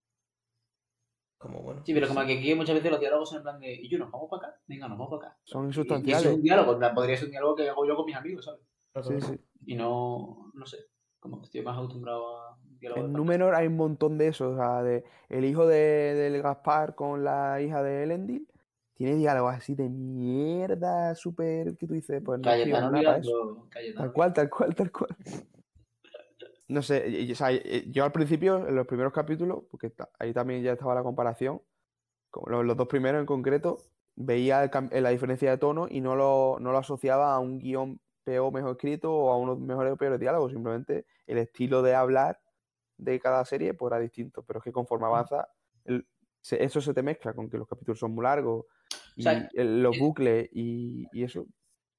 Como, bueno, Sí, no pero como sé. que aquí muchas veces los diálogos son en plan de, y yo, nos vamos para acá, venga, nos vamos para acá. Son Y eso es insustanciales. un diálogo, en plan, podría ser un diálogo que hago yo con mis amigos, ¿sabes? Sí, sí. Y no sé, como que estoy más acostumbrado a un diálogo de En fantasía. Númenor hay un montón de eso. O sea, el hijo del Gaspar con la hija de Elendil tiene diálogos así de mierda, súper, que tú dices, pues no escriban Cayetano nada para eso. ligando, Cayetano Tal cual, ligando. tal cual, tal cual. No sé, o sea, yo al principio, en los primeros capítulos, porque ahí también ya estaba la comparación, como los dos primeros en concreto, veía la diferencia de tono y no lo asociaba a un guión peor o mejor escrito o a unos mejores o peores diálogos, simplemente el estilo de hablar de cada serie pues era distinto, pero es que conforme avanza, eso se te mezcla con que los capítulos son muy largos O sea, y los bucles y eso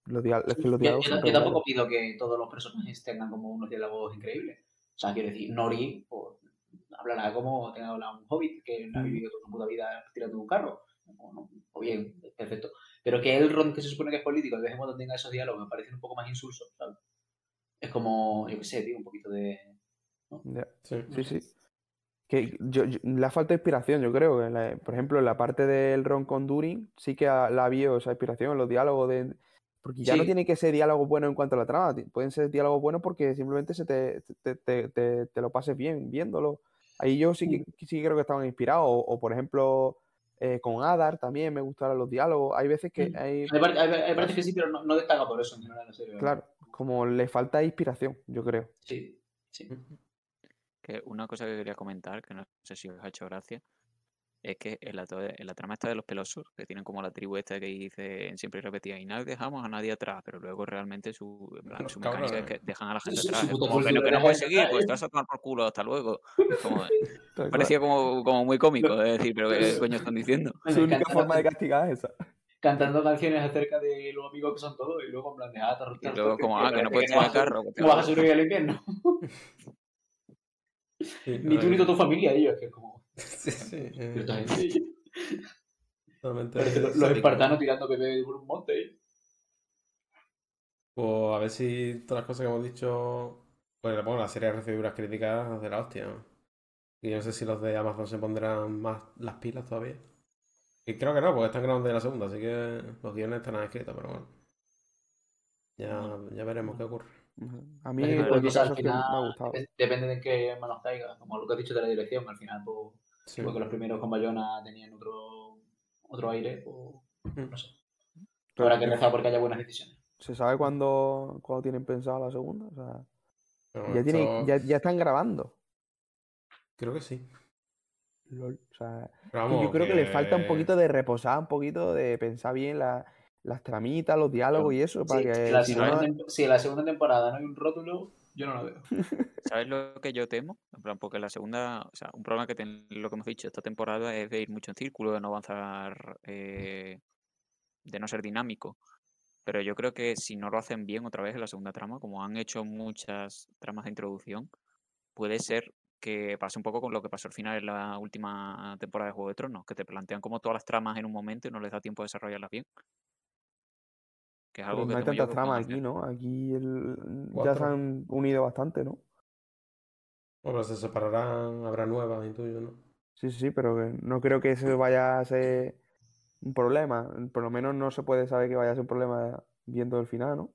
Es que los diálogos son Yo tampoco regulares. pido que todos los personajes tengan como unos diálogos increíbles. O sea, quiero decir, Nori pues, hablará como tenga hablado un hobbit que no ha vivido toda su puta vida tirando un carro. O bien, perfecto. Pero que Elrond, que se supone que es político, de vez en cuando tenga esos diálogos, me parecen un poco más insulsos, ¿sabes? Es como, yo qué sé, tío, un poquito de... ¿no? Sí. Sí, sí. Que la falta de inspiración, yo creo. Por ejemplo, en la parte del Ron con Durin sí que la ha habido esa inspiración en los diálogos de... Porque ya no Sí. tiene que ser diálogo bueno en cuanto a la trama. Pueden ser diálogos buenos porque simplemente te lo pases bien viéndolo. Ahí yo sí creo que estaban inspirados. O, por ejemplo, con Adar también me gustaron los diálogos. Hay veces que hay... Hay partes que sí, pero no destaca por eso en general la serie. Claro, como le falta inspiración, yo creo. Sí, sí. Que una cosa que quería comentar, que no sé si os ha hecho gracia, es que en la trama esta de los pelosos, que tienen como la tribu esta que dice siempre repetía, y no dejamos a nadie atrás, pero luego realmente su mecánica es que dejan a la gente atrás. Es como que no puedes seguir, pues te vas a tomar por culo, hasta luego. Como, parecía como muy cómico, es decir, pero ¿qué coño están diciendo? Su única forma de castigar es esa. Cantando canciones acerca de los amigos que son todos y luego en plan de y luego como, que no puedes ir al carro. No vas a sobrevivir al invierno. Sí, Ni tú ni toda tu familia, ellos, que es como... Sí, sí. Totalmente. Los espartanos tirando bebé por un monte. Pues a ver si todas las cosas que hemos dicho. Pues bueno, la serie ha recibido unas críticas de la hostia, ¿no? Y yo no sé si los de Amazon se pondrán más las pilas todavía. Y creo que no, porque están grabando de la segunda, así que los guiones están escritos, pero bueno. Ya veremos qué ocurre. A mí, en cualquier caso, al es que final, me ha gustado. depende de en qué manos caiga. Como lo que has dicho de la dirección, al final, pues, Sí. porque los primeros con Bayona tenían otro aire, pues, no sé. Pero Habrá que rezar porque haya buenas decisiones. ¿se sabe cuándo tienen pensado la segunda? O sea, Pero ya están grabando. Creo que sí. LOL. O sea, Pero que yo vamos, creo que le falta un poquito de reposar, un poquito de pensar bien las tramitas, los diálogos y eso, para que si no... Si en la segunda temporada no hay un rótulo, yo no lo veo. ¿Sabes lo que yo temo? En plan, porque la segunda, o sea, un problema que lo que hemos dicho esta temporada es de ir mucho en círculo, de no avanzar, de no ser dinámico. Pero yo creo que si no lo hacen bien otra vez en la segunda trama, como han hecho muchas tramas de introducción, puede ser que pase un poco con lo que pasó al final en la última temporada de Juego de Tronos, que te plantean como todas las tramas en un momento y no les da tiempo de desarrollarlas bien. Que es algo Pero que no hay temo yo tantas que pueden tramas hacer. aquí, ¿no? Aquí ya 4. se han unido bastante, ¿no? Bueno, se separarán, habrá nuevas, intuyo, ¿no? Sí, pero que no creo que eso vaya a ser un problema. Por lo menos no se puede saber que vaya a ser un problema viendo el final, ¿no?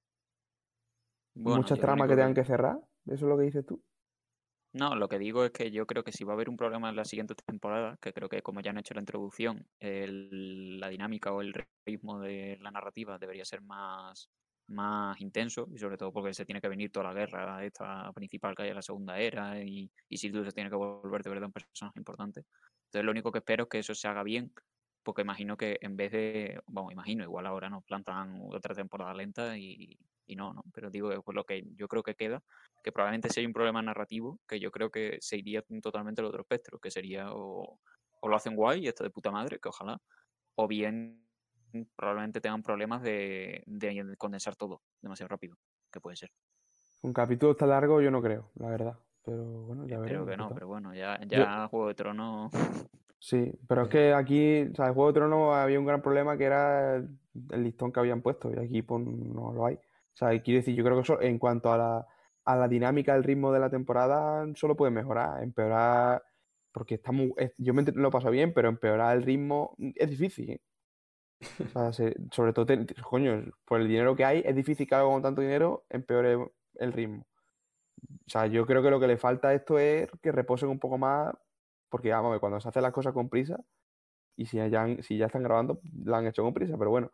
Bueno, Muchas yo lo tramas que único tengan que cerrar, ¿eso es lo que dices tú? No, lo que digo es que yo creo que si va a haber un problema en la siguiente temporada, que creo que como ya han hecho la introducción, la dinámica o el ritmo de la narrativa debería ser más intenso, y sobre todo porque se tiene que venir toda la guerra esta principal que hay en la Segunda Era, y Sildur se tiene que volver de verdad un personaje importante. Entonces lo único que espero es que eso se haga bien, porque imagino que en vez de, bueno, imagino, igual ahora nos plantan otra temporada lenta y no, pero digo que por lo que yo creo que queda, que probablemente si hay un problema narrativo, que yo creo que se iría totalmente al otro espectro, que sería o lo hacen guay y está de puta madre, que ojalá, o bien probablemente tengan problemas de condensar todo demasiado rápido, que puede ser. Un capítulo tan largo yo no creo, la verdad. Pero bueno, ya Espero veremos. que no, total. pero bueno, ya Yo- Juego de Tronos. Sí, pero es que aquí, o sea, en Juego de Tronos había un gran problema que era el listón que habían puesto y aquí pues no lo hay. O sea, quiero decir, yo creo que eso en cuanto a la dinámica, el ritmo de la temporada, solo puede mejorar, empeorar, porque yo lo paso bien, pero empeorar el ritmo es difícil, ¿eh? O sea, sobre todo, coño, por el dinero que hay, es difícil que algo con tanto dinero empeore el ritmo. O sea, yo creo que lo que le falta a esto es que reposen un poco más, porque vamos a ver, cuando se hacen las cosas con prisa, y si ya están grabando, la han hecho con prisa, pero bueno,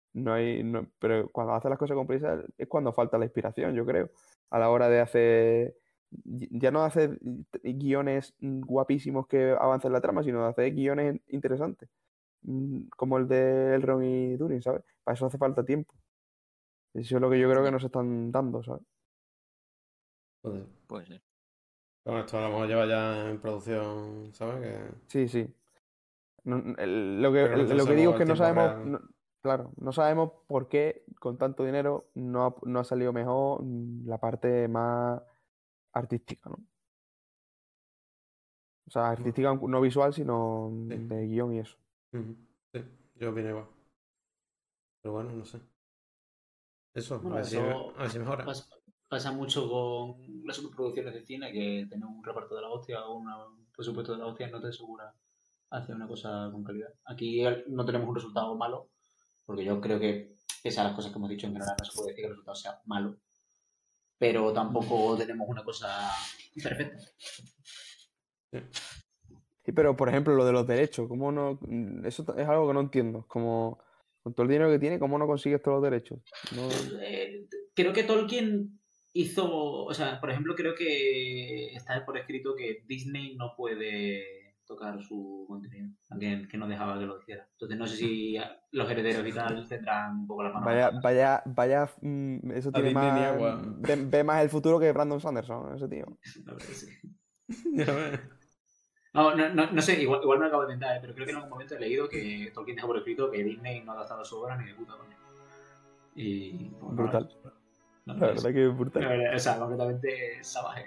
pero cuando hacen las cosas con prisa es cuando falta la inspiración, yo creo, a la hora de hacer, ya no de hacer guiones guapísimos que avancen la trama, sino de hacer guiones interesantes, como el de Elrond y Durin, ¿sabes? Para eso hace falta tiempo. Eso es lo que yo creo que nos están dando, ¿sabes? Puede ser. Bueno, esto a lo mejor lleva ya en producción, ¿sabes? Sí. Pero no Lo que digo es conocemos que el no tiempo sabemos, real. claro, no sabemos por qué con tanto dinero no ha salido mejor la parte más artística, ¿no? O sea, artística no visual, sino Sí. de guión y eso. Sí, yo opino igual. Pero bueno, no sé. Eso, Bueno, a ver si mejora. Pasa mucho con las superproducciones de cine, que tener un reparto de la hostia o un presupuesto de la hostia no te asegura hacer una cosa con calidad. Aquí no tenemos un resultado malo, porque yo creo que, pese a las cosas que hemos dicho en general, no se puede decir que el resultado sea malo, pero tampoco tenemos una cosa perfecta. Sí. Sí, pero por ejemplo, lo de los derechos, ¿cómo no? Eso es algo que no entiendo. Como con todo el dinero que tiene, ¿cómo no consigues todos los derechos? No... Creo que Tolkien hizo, o sea, por ejemplo, creo que está por escrito que Disney no puede tocar su contenido, que no dejaba que lo hiciera. Entonces no sé si los herederos y tal tendrán un poco las manos Vaya, eso A tiene Disney ni más, agua. ve más el futuro que Brandon Sanderson, ese tío. La verdad, sí. Ya ves. No sé, igual me lo acabo de inventar, pero creo que en algún momento he leído que Tolkien dejó por escrito que Disney no ha adaptado su obra ni de puta coña. Y bueno, Brutal. la La verdad que es brutal. La verdad, o sea, completamente salvaje.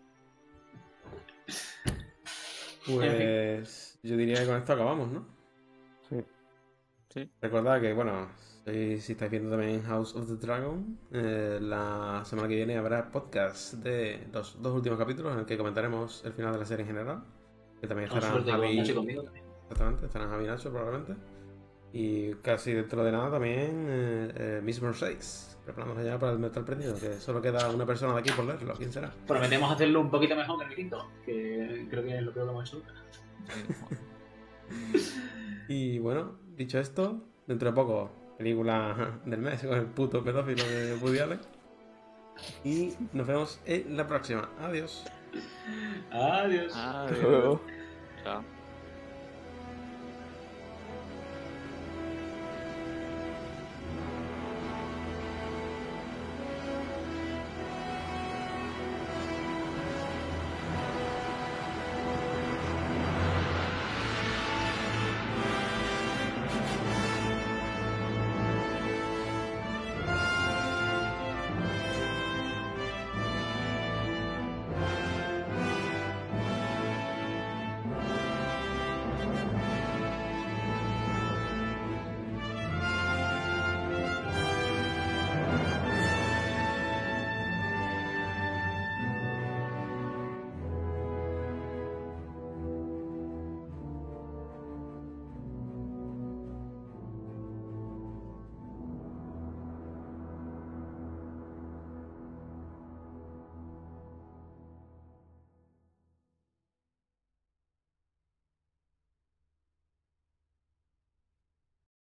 Pues yo diría que con esto acabamos, ¿no? Sí. Sí. Recordad que, bueno, si estáis viendo también House of the Dragon, la semana que viene habrá podcast de los dos últimos capítulos en el que comentaremos el final de la serie en general. Que también Con estarán suerte con Javi. Nacho y conmigo también. Exactamente, estarán Javi y Nacho probablemente. Y casi dentro de nada también Miss Mercedes, preparándonos ya para el metal prendido, que solo queda una persona de aquí por leerlo. ¿Quién será? Prometemos hacerlo un poquito mejor que el quinto, que creo que es lo peor que hemos hecho. Y bueno, dicho esto, dentro de poco, película del mes con el puto pedófilo de Woody Allen. Y nos vemos en la próxima. Adiós. Adiós. Adiós. Chao.